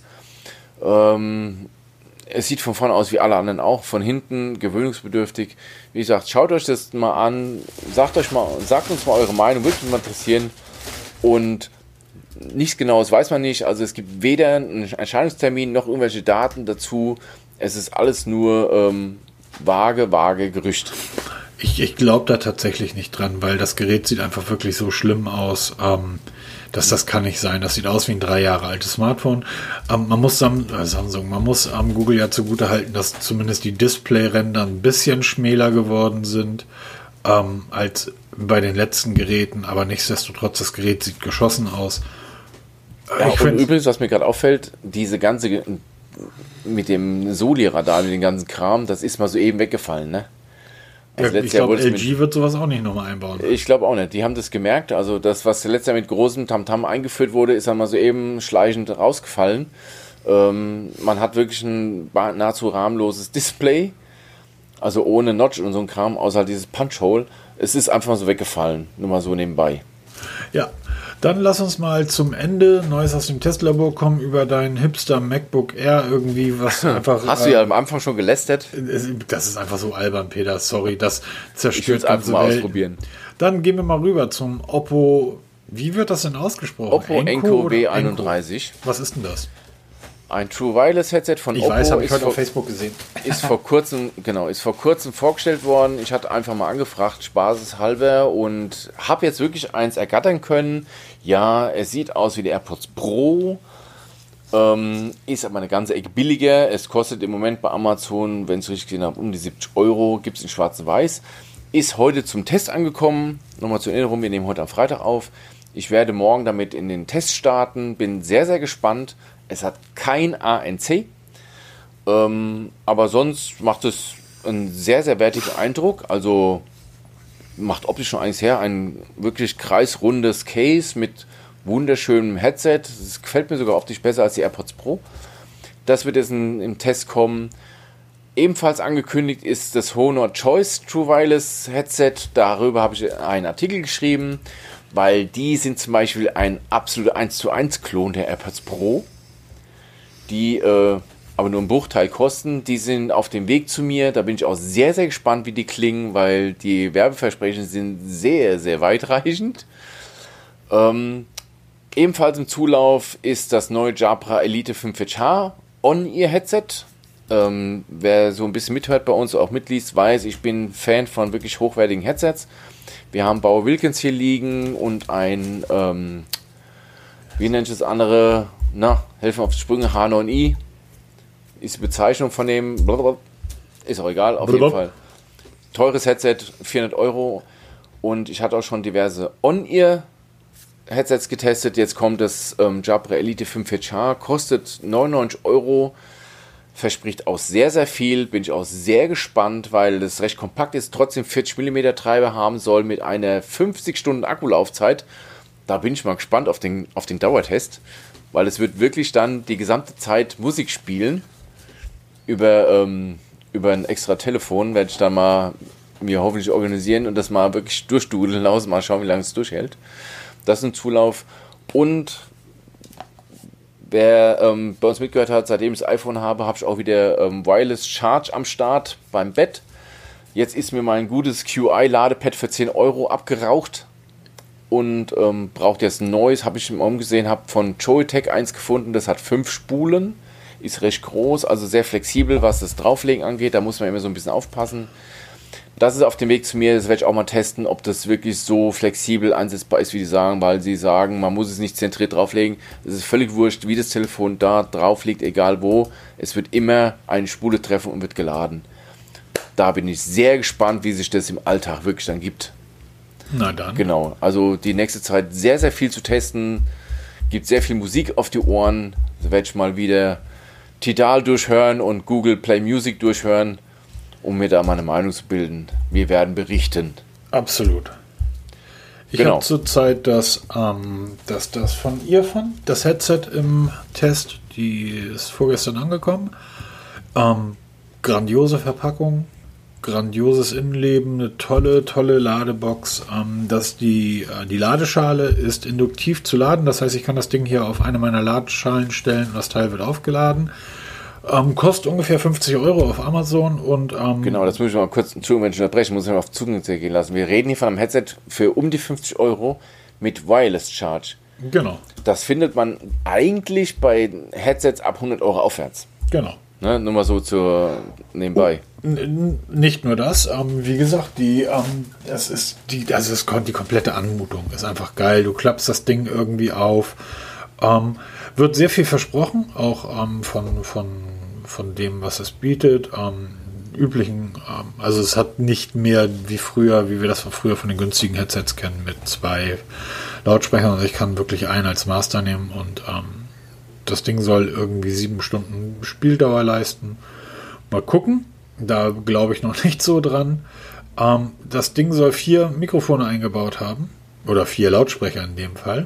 Ähm, es sieht von vorne aus wie alle anderen auch, von hinten gewöhnungsbedürftig. Wie gesagt, schaut euch das mal an, sagt euch mal, sagt uns mal eure Meinung, würde mich mal interessieren. Und nichts Genaues weiß man nicht, also es gibt weder einen Erscheinungstermin noch irgendwelche Daten dazu. Es ist alles nur ähm, vage, vage Gerücht. Ich, ich glaube da tatsächlich nicht dran, weil das Gerät sieht einfach wirklich so schlimm aus, ähm, dass das kann nicht sein. Das sieht aus wie ein drei Jahre altes Smartphone. Ähm, man muss Sam äh, Samsung, man muss ähm, Google ja zugute halten, dass zumindest die Display-Ränder ein bisschen schmäler geworden sind ähm, als bei den letzten Geräten, aber nichtsdestotrotz, das Gerät sieht geschossen aus. Äh, Ja, ich und find's- übrigens, was mir gerade auffällt, diese ganze Ge- mit dem Soli-Radar, mit dem ganzen Kram, das ist mal so eben weggefallen, ne? Also ja, letztes ich Jahr glaube, wurde es L mit- G wird sowas auch nicht nochmal einbauen. Ich glaube auch nicht. Die haben das gemerkt. Also das, was letztes Jahr mit großem Tamtam eingeführt wurde, ist dann mal so eben schleichend rausgefallen. Ähm, man hat wirklich ein ba- nahezu rahmenloses Display. Also ohne Notch und so ein Kram, außer halt dieses Punch-Hole. Es ist einfach mal so weggefallen. Nur mal so nebenbei. Ja, dann lass uns mal zum Ende Neues aus dem Testlabor kommen über deinen Hipster MacBook Air irgendwie, was einfach... Hast du ja am Anfang schon gelästert. Es- Das ist einfach so albern, Peter. Sorry, das Ich will zerstört es einfach ganze mal Welt. ausprobieren. Dann gehen wir mal rüber zum Oppo. Wie wird das denn ausgesprochen? Oppo Enco oder B einunddreißig. Enco? Was ist denn das? Ein True Wireless Headset von Ich Oppo. weiß, habe ich ist heute auf vor- Facebook gesehen. ist vor kurzem, genau, ist vor kurzem vorgestellt worden. Ich hatte einfach mal angefragt, spaßeshalber, und habe jetzt wirklich eins ergattern können. Ja, es sieht aus wie der AirPods Pro, ähm, ist aber eine ganze Ecke billiger. Es kostet im Moment bei Amazon, wenn ich es richtig gesehen habe, um die siebzig Euro. Gibt es in schwarz und weiß. Ist heute zum Test angekommen. Nochmal zur Erinnerung, wir nehmen heute am Freitag auf. Ich werde morgen damit in den Test starten. Bin sehr, sehr gespannt. Es hat kein A N C. Ähm, aber sonst macht es einen sehr, sehr wertigen Eindruck. Also macht optisch schon eins her. Ein wirklich kreisrundes Case mit wunderschönem Headset. Das gefällt mir sogar optisch besser als die AirPods Pro. Das wird jetzt in, im Test kommen. Ebenfalls angekündigt ist das Honor Choice True Wireless Headset. Darüber habe ich einen Artikel geschrieben, weil die sind zum Beispiel ein absoluter eins zu eins Klon der AirPods Pro, die äh, aber nur einen Bruchteil kosten. Die sind auf dem Weg zu mir. Da bin ich auch sehr, sehr gespannt, wie die klingen, weil die Werbeversprechen sind sehr, sehr weitreichend. Ähm, ebenfalls im Zulauf ist das neue Jabra Elite fünfundvierzig H On-Ear-Headset. Ähm, wer so ein bisschen mithört bei uns, auch mitliest, weiß, ich bin Fan von wirklich hochwertigen Headsets. Wir haben Bauer Wilkins hier liegen und ein, ähm, wie nennt es das andere, na, helfen auf die Sprünge, H neun i. Ist die Bezeichnung von dem, blablabla. Ist auch egal, auf jeden Fall. Teures Headset, vierhundert Euro. Und ich hatte auch schon diverse On-Ear-Headsets getestet. Jetzt kommt das ähm, Jabra Elite fünfundvierzig H, kostet neunundneunzig Euro. Verspricht auch sehr, sehr viel. Bin ich auch sehr gespannt, weil das recht kompakt ist, trotzdem vierzig Millimeter Treiber haben soll mit einer fünfzig Stunden Akkulaufzeit. Da bin ich mal gespannt auf den, auf den Dauertest, weil es wird wirklich dann die gesamte Zeit Musik spielen. Über, ähm, über ein extra Telefon werde ich da mal mir hoffentlich organisieren und das mal wirklich durchdudeln lassen, mal schauen, wie lange es durchhält. Das ist ein Zulauf. Und wer ähm, bei uns mitgehört hat, seitdem ich das iPhone habe, habe ich auch wieder ähm, Wireless Charge am Start beim Bett. Jetzt ist mir mein gutes Q I-Ladepad für zehn Euro abgeraucht und ähm, braucht jetzt ein neues, habe ich im umgesehen, habe von Joytech eins gefunden, das hat fünf Spulen, ist recht groß, also sehr flexibel, was das Drauflegen angeht, da muss man immer so ein bisschen aufpassen. Das ist auf dem Weg zu mir, das werde ich auch mal testen, ob das wirklich so flexibel einsetzbar ist, wie die sagen, weil sie sagen, man muss es nicht zentriert drauflegen. Es ist völlig wurscht, wie das Telefon da drauf liegt, egal wo. Es wird immer eine Spule treffen und wird geladen. Da bin ich sehr gespannt, wie sich das im Alltag wirklich dann gibt. Na dann. Genau, also die nächste Zeit sehr, sehr viel zu testen. Gibt sehr viel Musik auf die Ohren. Da werde ich mal wieder Tidal durchhören und Google Play Music durchhören, um mir da meine Meinung zu bilden. Wir werden berichten. Absolut. Ich Genau. habe zurzeit das, ähm, das, das von Earphone, das Headset im Test, die ist vorgestern angekommen. Ähm, grandiose Verpackung, grandioses Innenleben, eine tolle, tolle Ladebox. Ähm, dass die, äh, die Ladeschale ist induktiv zu laden, das heißt, ich kann das Ding hier auf eine meiner Ladeschalen stellen und das Teil wird aufgeladen. Ähm, kostet ungefähr fünfzig Euro auf Amazon und ähm, Genau, das muss ich mal kurz, Entschuldigung, wenn ich unterbreche, muss ich mal auf Zunge gehen lassen. Wir reden hier von einem Headset für um die fünfzig Euro mit Wireless Charge. Genau. Das findet man eigentlich bei Headsets ab hundert Euro aufwärts. Genau. Ne, nur mal so zur nebenbei. N- Nicht nur das, ähm, wie gesagt, die, ähm, das ist die, also es kommt die komplette Anmutung, ist einfach geil. Du klappst das Ding irgendwie auf, ähm, wird sehr viel versprochen, auch ähm, von, von, von dem, was es bietet. Ähm, üblichen, ähm, also es hat nicht mehr wie früher, wie wir das von früher von den günstigen Headsets kennen, mit zwei Lautsprechern. Also ich kann wirklich einen als Master nehmen und ähm, das Ding soll irgendwie sieben Stunden Spieldauer leisten. Mal gucken. Da glaube ich noch nicht so dran. Ähm, das Ding soll vier Mikrofone eingebaut haben. Oder vier Lautsprecher in dem Fall.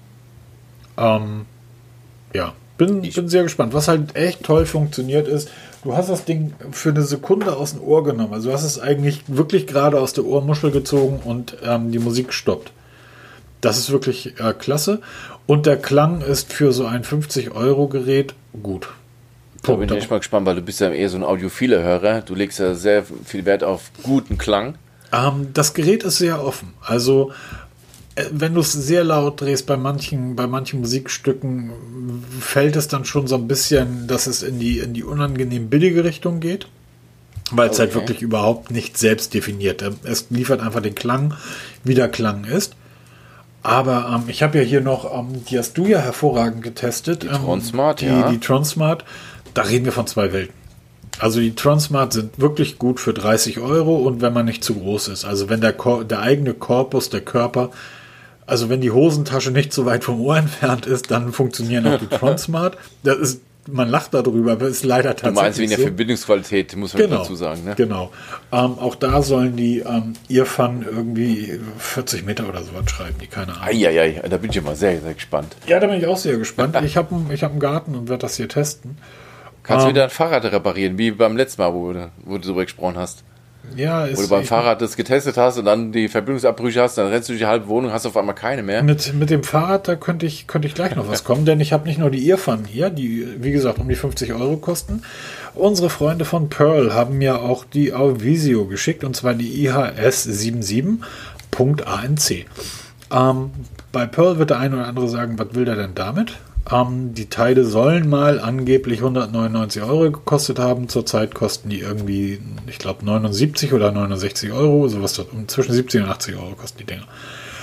Ähm, ja, bin, bin sehr gespannt. Was halt echt toll funktioniert ist, du hast das Ding für eine Sekunde aus dem Ohr genommen. Also du hast es eigentlich wirklich gerade aus der Ohrmuschel gezogen und ähm, die Musik stoppt. Das ist wirklich äh, klasse. Und der Klang ist für so ein fünfzig Euro Gerät gut. Da bin ich echt mal gespannt, weil du bist ja eher so ein audiophiler Hörer. Du legst ja sehr viel Wert auf guten Klang. Ähm, das Gerät ist sehr offen. Also äh, wenn du es sehr laut drehst, bei manchen, bei manchen Musikstücken fällt es dann schon so ein bisschen, dass es in die, in die unangenehm billige Richtung geht. Weil es Okay. halt wirklich überhaupt nicht selbst definiert. Es liefert einfach den Klang, wie der Klang ist. Aber ähm, ich habe ja hier noch, ähm, die hast du ja hervorragend getestet. Die ähm, Tronsmart, die, ja. Die Tronsmart, da reden wir von zwei Welten. Also die Tronsmart sind wirklich gut für dreißig Euro und wenn man nicht zu groß ist. Also wenn der, Kor- der eigene Korpus, der Körper, also wenn die Hosentasche nicht so weit vom Ohr entfernt ist, dann funktionieren auch die Tronsmart. Das ist, man lacht darüber, aber ist leider Du tatsächlich meinst wegen der so. Verbindungsqualität, muss man Genau, dazu sagen. Ne? genau. Ähm, auch da sollen die ähm, Earphone irgendwie vierzig Meter oder sowas schreiben, die keine Ahnung. Eieiei, da bin ich immer sehr, sehr gespannt. Ja, da bin ich auch sehr gespannt. Ich habe ich hab einen Garten und werde das hier testen. Kannst du Ähm, wieder ein Fahrrad reparieren, wie beim letzten Mal, wo du, wo du darüber gesprochen hast. Ja, ist, Wo du beim ich- Fahrrad das getestet hast und dann die Verbindungsabbrüche hast, dann rennst du durch die halbe Wohnung, hast auf einmal keine mehr. Mit, mit dem Fahrrad, da könnte ich, könnte ich gleich noch was kommen, denn ich habe nicht nur die Earphone hier, die, wie gesagt, um die fünfzig Euro kosten. Unsere Freunde von Pearl haben mir auch die Auvisio geschickt, und zwar die I H S siebenundsiebzig Punkt A N C. Ähm, bei Pearl wird der eine oder andere sagen, was will der denn damit? Ähm, die Teile sollen mal angeblich hundertneunundneunzig Euro gekostet haben. Zurzeit kosten die irgendwie, ich glaube, neunundsiebzig oder neunundsechzig Euro. Sowas dort, zwischen siebzig und achtzig Euro kosten die Dinger.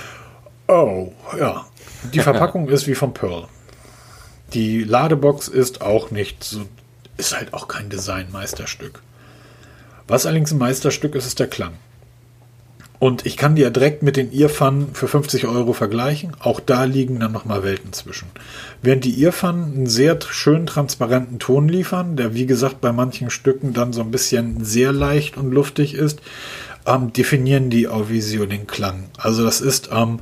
Oh, ja. Die Verpackung ist wie von Pearl. Die Ladebox ist auch nicht so, ist halt auch kein Design-Meisterstück. Was allerdings ein Meisterstück ist, ist der Klang. Und ich kann die ja direkt mit den Earphone für fünfzig Euro vergleichen. Auch da liegen dann nochmal Welten zwischen. Während die Earphone einen sehr tr- schön transparenten Ton liefern, der wie gesagt bei manchen Stücken dann so ein bisschen sehr leicht und luftig ist, ähm, definieren die Auvisio den Klang. Also das ist ähm,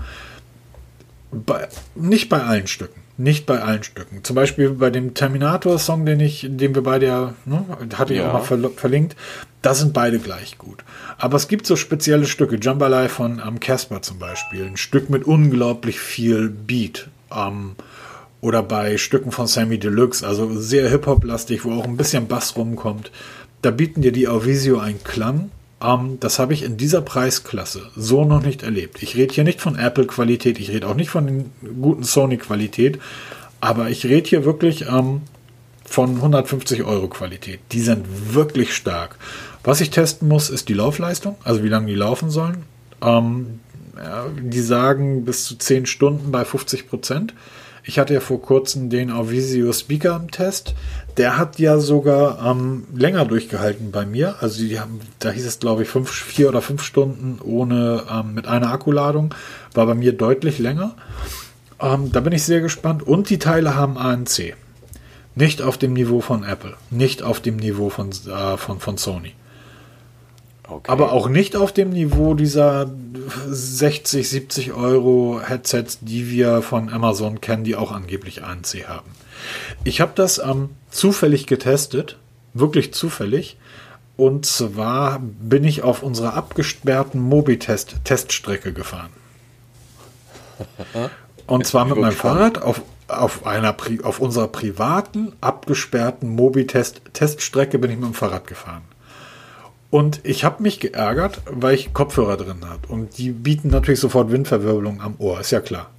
bei, nicht bei allen Stücken. Nicht bei allen Stücken. Zum Beispiel bei dem Terminator-Song, den ich, den wir beide ja, ne, hatte ich Ja. auch mal verlo- verlinkt, da sind beide gleich gut. Aber es gibt so spezielle Stücke, Jambalaya von ähm, Casper zum Beispiel, ein Stück mit unglaublich viel Beat. Ähm, oder bei Stücken von Sammy Deluxe, also sehr Hip-Hop-lastig, wo auch ein bisschen Bass rumkommt, da bieten dir die Auvisio einen Klang. Ähm, das habe ich in dieser Preisklasse so noch nicht erlebt. Ich rede hier nicht von Apple-Qualität, ich rede auch nicht von den guten Sony-Qualität, aber ich rede hier wirklich ähm, von hundertfünfzig Euro Qualität. Die sind wirklich stark. Was ich testen muss, ist die Laufleistung, also wie lange die laufen sollen. Ähm, ja, die sagen bis zu zehn Stunden bei fünfzig Prozent. Ich hatte ja vor kurzem den Auvisio Speaker im Test. Der hat ja sogar ähm, länger durchgehalten bei mir. Also die haben, da hieß es glaube ich fünf, vier oder fünf Stunden ohne ähm, mit einer Akkuladung. War bei mir deutlich länger. Ähm, da bin ich sehr gespannt. Und die Teile haben A N C. Nicht auf dem Niveau von Apple. Nicht auf dem Niveau von, äh, von, von Sony. Okay. Aber auch nicht auf dem Niveau dieser sechzig, siebzig Euro Headsets, die wir von Amazon kennen, die auch angeblich A N C haben. Ich habe das ähm, zufällig getestet, wirklich zufällig. Und zwar bin ich auf unserer abgesperrten Mobitest-Teststrecke gefahren. Und zwar mit meinem Fahrrad auf, auf, einer, auf unserer privaten, abgesperrten Mobitest-Teststrecke bin ich mit dem Fahrrad gefahren. Und ich habe mich geärgert, weil ich Kopfhörer drin habe. Und die bieten natürlich sofort Windverwirbelung am Ohr, ist ja klar.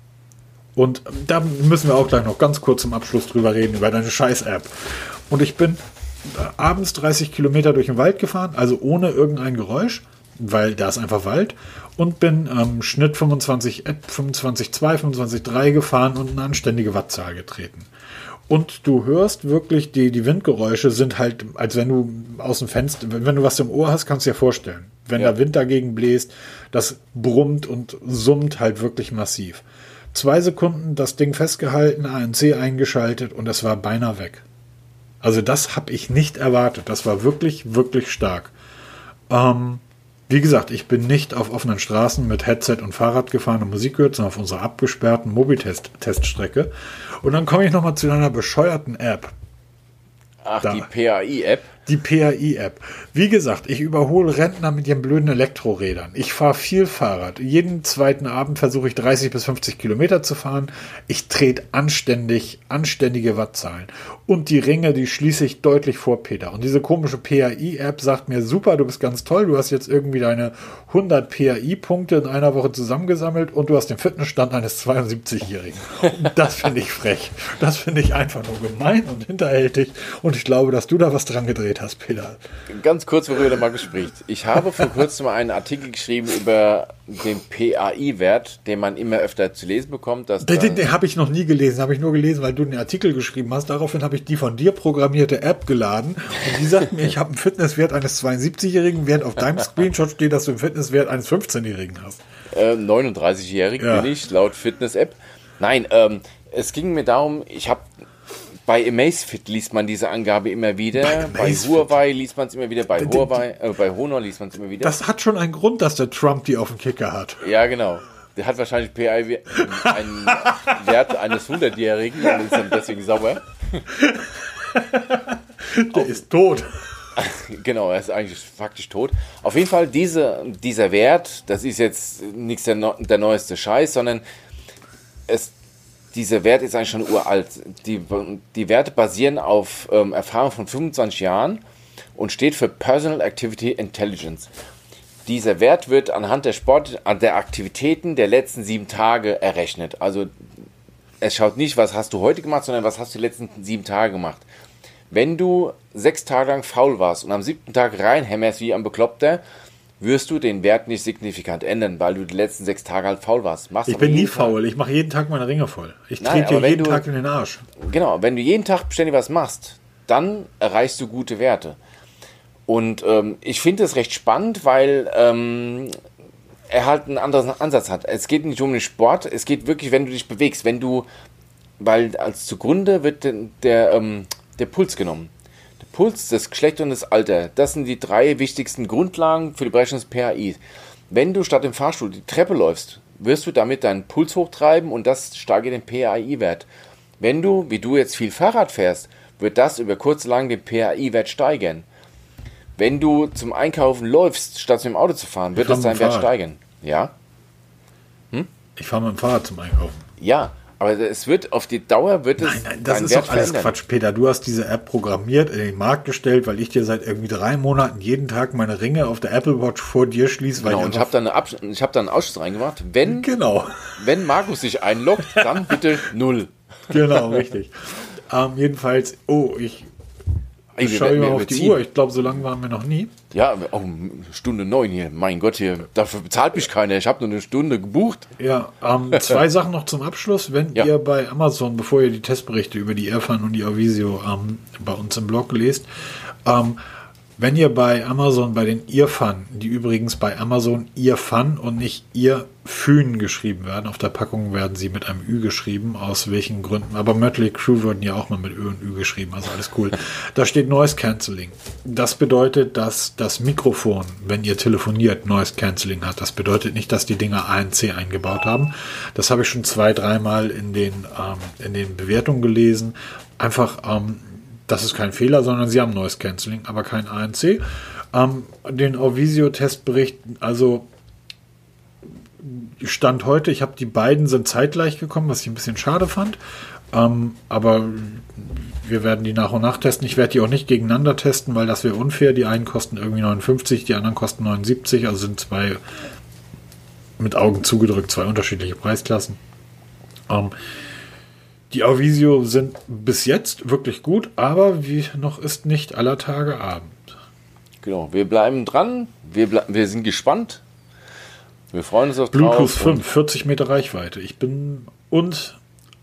Und da müssen wir auch gleich noch ganz kurz zum Abschluss drüber reden, über deine Scheiß-App. Und ich bin abends dreißig Kilometer durch den Wald gefahren, also ohne irgendein Geräusch, weil da ist einfach Wald. Und bin ähm, Schnitt fünfundzwanzig, fünfundzwanzig Komma zwei, fünfundzwanzig Komma drei gefahren und eine anständige Wattzahl getreten. Und du hörst wirklich, die, die Windgeräusche sind halt, als wenn du aus dem Fenster, wenn du was im Ohr hast, kannst du dir vorstellen. Wenn ja. der Wind dagegen bläst, das brummt und summt halt wirklich massiv. Zwei Sekunden das Ding festgehalten, A N C eingeschaltet und es war beinahe weg. Also das habe ich nicht erwartet. Das war wirklich, wirklich stark. Ähm, wie gesagt, ich bin nicht auf offenen Straßen mit Headset und Fahrrad gefahren und Musik gehört, sondern auf unserer abgesperrten Mobitest-Teststrecke. Und dann komme ich nochmal zu deiner bescheuerten App. Ach, da. Die P A I-App? Die P A I-App. Wie gesagt, ich überhole Rentner mit ihren blöden Elektrorädern. Ich fahre viel Fahrrad. Jeden zweiten Abend versuche ich dreißig bis fünfzig Kilometer zu fahren. Ich trete anständig, anständige Wattzahlen. Und die Ringe, die schließe ich deutlich vor Peter. Und diese komische P A I-App sagt mir, super, du bist ganz toll. Du hast jetzt irgendwie deine hundert P A I-Punkte in einer Woche zusammengesammelt und du hast den Fitnessstand eines zweiundsiebzigjährigen. Und das finde ich frech. Das finde ich einfach nur gemein und hinterhältig. Und ich glaube, dass du da was dran gedreht hast, Peter. Ganz kurz, worüber du mal gesprochen. Ich habe vor kurzem einen Artikel geschrieben über den P A I-Wert, den man immer öfter zu lesen bekommt. Dass den den, den habe ich noch nie gelesen, habe ich nur gelesen, weil du den Artikel geschrieben hast. Daraufhin habe ich die von dir programmierte App geladen und die sagt mir, ich habe einen Fitnesswert eines zweiundsiebzigjährigen, während auf deinem Screenshot steht, dass du einen Fitnesswert eines fünfzehnjährigen hast. Äh, neununddreißigjährig ja. bin ich, laut Fitness-App. Nein, ähm, es ging mir darum, ich habe bei Amazfit liest man diese Angabe immer wieder, bei, bei Huawei liest man es immer wieder, bei Huawei, äh, bei Honor liest man es immer wieder. Das hat schon einen Grund, dass der Trump die auf dem Kicker hat. Ja, genau. Der hat wahrscheinlich P A I einen Wert eines hundertjährigen und ist dann deswegen sauer. Der auf, ist tot. Genau, er ist eigentlich faktisch tot. Auf jeden Fall, diese, dieser Wert, das ist jetzt nichts der, der neueste Scheiß, sondern es dieser Wert ist eigentlich schon uralt. Die, die Werte basieren auf ähm, Erfahrung von fünfundzwanzig Jahren und steht für Personal Activity Intelligence. Dieser Wert wird anhand der Sport, der Aktivitäten der letzten sieben Tage errechnet. Also es schaut nicht, was hast du heute gemacht, sondern was hast du die letzten sieben Tage gemacht. Wenn du sechs Tage lang faul warst und am siebten Tag reinhämmerst wie ein Bekloppter, wirst du den Wert nicht signifikant ändern, weil du die letzten sechs Tage halt faul warst. Machst ich bin nie faul, ich mache jeden Tag meine Ringe voll. Ich trete dir jeden du, Tag in den Arsch. Genau, wenn du jeden Tag ständig was machst, dann erreichst du gute Werte. Und ähm, ich finde es recht spannend, weil ähm, er halt einen anderen Ansatz hat. Es geht nicht um den Sport, es geht wirklich, wenn du dich bewegst, wenn du, weil als zugrunde wird der, der, ähm, der Puls genommen. Puls, das Geschlecht und das Alter, das sind die drei wichtigsten Grundlagen für die Berechnung des P A I. Wenn du statt im Fahrstuhl die Treppe läufst, wirst du damit deinen Puls hochtreiben und das steigert den P A I-Wert. Wenn du, wie du jetzt viel Fahrrad fährst, wird das über kurz oder lang den P A I-Wert steigern. Wenn du zum Einkaufen läufst, statt mit dem Auto zu fahren, wird das deinen Wert steigern. Ja? Hm? Ich fahre mit dem Fahrrad zum Einkaufen. Ja, Aber es wird auf die Dauer wird es Nein, nein, das deinen ist Wert doch alles verändern. Quatsch, Peter. Du hast diese App programmiert, in den Markt gestellt, weil ich dir seit irgendwie drei Monaten jeden Tag meine Ringe auf der Apple Watch vor dir schließe. Weil Genau, und ich habe da, eine Abs- ich hab da einen Ausschuss reingemacht. Wenn, Genau, wenn Markus sich einloggt, dann bitte null. genau, richtig. Ähm, jedenfalls, oh, ich Ey, wir schaue werden- mal wir auf die überziehen. Uhr. Ich glaube, so lange waren wir noch nie. Ja, oh, Stunde neun hier. Mein Gott, hier, dafür bezahlt mich keiner. Ich habe nur eine Stunde gebucht. Ja, ähm, zwei Sachen noch zum Abschluss. Wenn Ja. ihr bei Amazon, bevor ihr die Testberichte über die Airfan und die Avisio ähm, bei uns im Blog lest, ähm, wenn ihr bei Amazon bei den Earfan, die übrigens bei Amazon Earfan und nicht Earfün geschrieben werden, auf der Packung werden sie mit einem Ü geschrieben, aus welchen Gründen, aber Mötley Crüe wurden ja auch mal mit Ö und Ü geschrieben, also alles cool. Da steht Noise Cancelling. Das bedeutet, dass das Mikrofon, wenn ihr telefoniert, Noise Cancelling hat. Das bedeutet nicht, dass die Dinger A N C eingebaut haben. Das habe ich schon zwei, dreimal in den, ähm, in den Bewertungen gelesen. Einfach, ähm, das ist kein Fehler, sondern sie haben Noise Cancelling, aber kein A N C. Ähm, den Avisio-Testbericht, also Stand heute, ich habe die beiden sind zeitgleich gekommen, was ich ein bisschen schade fand. Ähm, aber wir werden die nach und nach testen. Ich werde die auch nicht gegeneinander testen, weil das wäre unfair. Die einen kosten irgendwie neunundfünfzig, die anderen kosten neunundsiebzig, also sind zwei mit Augen zugedrückt, zwei unterschiedliche Preisklassen. Ähm, Die Avisio sind bis jetzt wirklich gut, aber wie noch ist nicht aller Tage Abend. Genau, wir bleiben dran. Wir, ble wir sind gespannt. Wir freuen uns auf Bluetooth drauf. fünf, vierzig Meter Reichweite. Ich bin und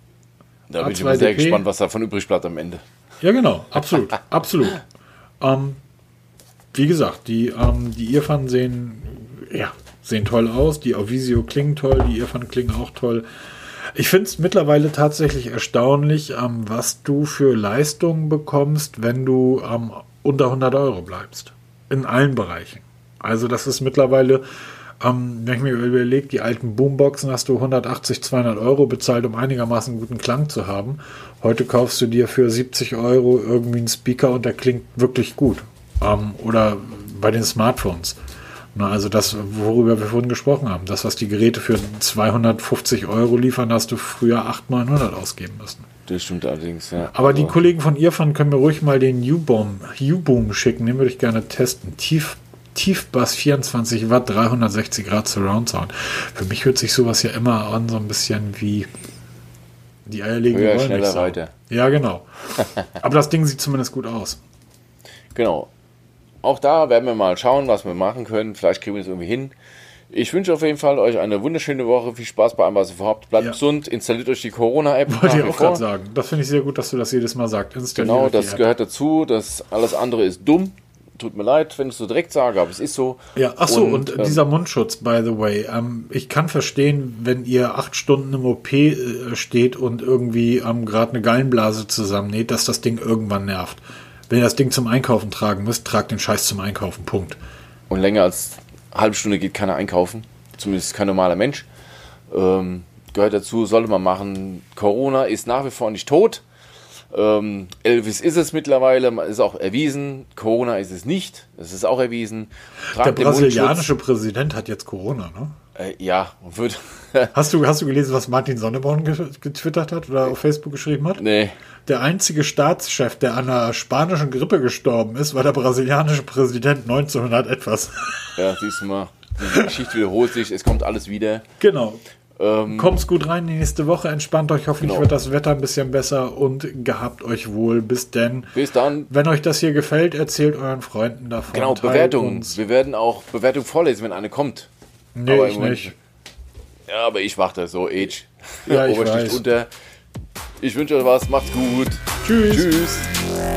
Da bin ich A zwei immer sehr D P. gespannt, was davon übrig bleibt am Ende. ja genau, absolut, absolut. Ähm, wie gesagt, die ähm, die Earfan sehen ja sehen toll aus. Die Avisio klingen toll, die Earfan klingen auch toll. Ich finde es mittlerweile tatsächlich erstaunlich, ähm, was du für Leistungen bekommst, wenn du ähm, unter hundert Euro bleibst. In allen Bereichen. Also das ist mittlerweile, ähm, wenn ich mir überlege, die alten Boomboxen hast du hundertachtzig, zweihundert Euro bezahlt, um einigermaßen guten Klang zu haben. Heute kaufst du dir für siebzig Euro irgendwie einen Speaker und der klingt wirklich gut. Ähm, oder bei den Smartphones. Na, also das, worüber wir vorhin gesprochen haben, das, was die Geräte für zweihundertfünfzig Euro liefern, hast du früher achthundert, neunhundert ausgeben müssen. Das stimmt allerdings, ja. Aber Also, die Kollegen von Earfan können mir ruhig mal den U-Boom, U-Boom schicken, den würde ich gerne testen. Tief, Tiefbass vierundzwanzig Watt, dreihundertsechzig Grad Surround Sound. Für mich hört sich sowas ja immer an, so ein bisschen wie die eierlegende höher, Wollmilchsau. schneller, weiter. Ja, genau. Aber das Ding sieht zumindest gut aus. Genau. Auch da werden wir mal schauen, was wir machen können. Vielleicht kriegen wir das irgendwie hin. Ich wünsche auf jeden Fall euch eine wunderschöne Woche. Viel Spaß bei allem, was ihr vorhabt. Bleibt Ja. gesund. Installiert euch die Corona-App. Wollte nach ich wie auch vor. gerade sagen. Das finde ich sehr gut, dass du das jedes Mal sagst. Installiert Genau, euch die das App. gehört dazu. Das alles andere ist dumm. Tut mir leid, wenn ich es so direkt sage, aber es ist so. Ja, ach so, und, ähm, dieser Mundschutz, by the way. Ähm, ich kann verstehen, wenn ihr acht Stunden im O P äh, steht und irgendwie ähm, gerade eine Gallenblase zusammennäht, dass das Ding irgendwann nervt. Wenn ihr das Ding zum Einkaufen tragen müsst, tragt den Scheiß zum Einkaufen. Punkt. Und länger als eine halbe Stunde geht keiner einkaufen. Zumindest kein normaler Mensch. Ähm, gehört dazu, sollte man machen. Corona ist nach wie vor nicht tot. Ähm, Elvis ist es mittlerweile, ist auch erwiesen. Corona ist es nicht. Das ist auch erwiesen. Tragt Der den brasilianische Präsident hat jetzt Corona, ne? Mundschutz. Äh, ja, und wird. Hast du, hast du gelesen, was Martin Sonneborn ge- getwittert hat oder auf Facebook geschrieben hat? nee. Der einzige Staatschef, der an einer spanischen Grippe gestorben ist, war der brasilianische Präsident neunzehnhundert etwas. Ja, siehst du mal. Die Geschichte wiederholt sich. Es kommt alles wieder. Genau. Ähm, Kommt's gut rein in die nächste Woche, entspannt euch, hoffentlich Genau. wird das Wetter ein bisschen besser und gehabt euch wohl. Bis denn. bis dann. Wenn euch das hier gefällt, erzählt euren Freunden davon. Genau, Teilt Bewertungen. uns. Wir werden auch Bewertungen vorlesen, wenn eine kommt. Nee, Aber ich im Moment- nicht. Ja, aber ich warte so, Age. Ja, ich Obersticht weiß. unter. Ich wünsche euch was, macht's gut. Tschüss. Tschüss.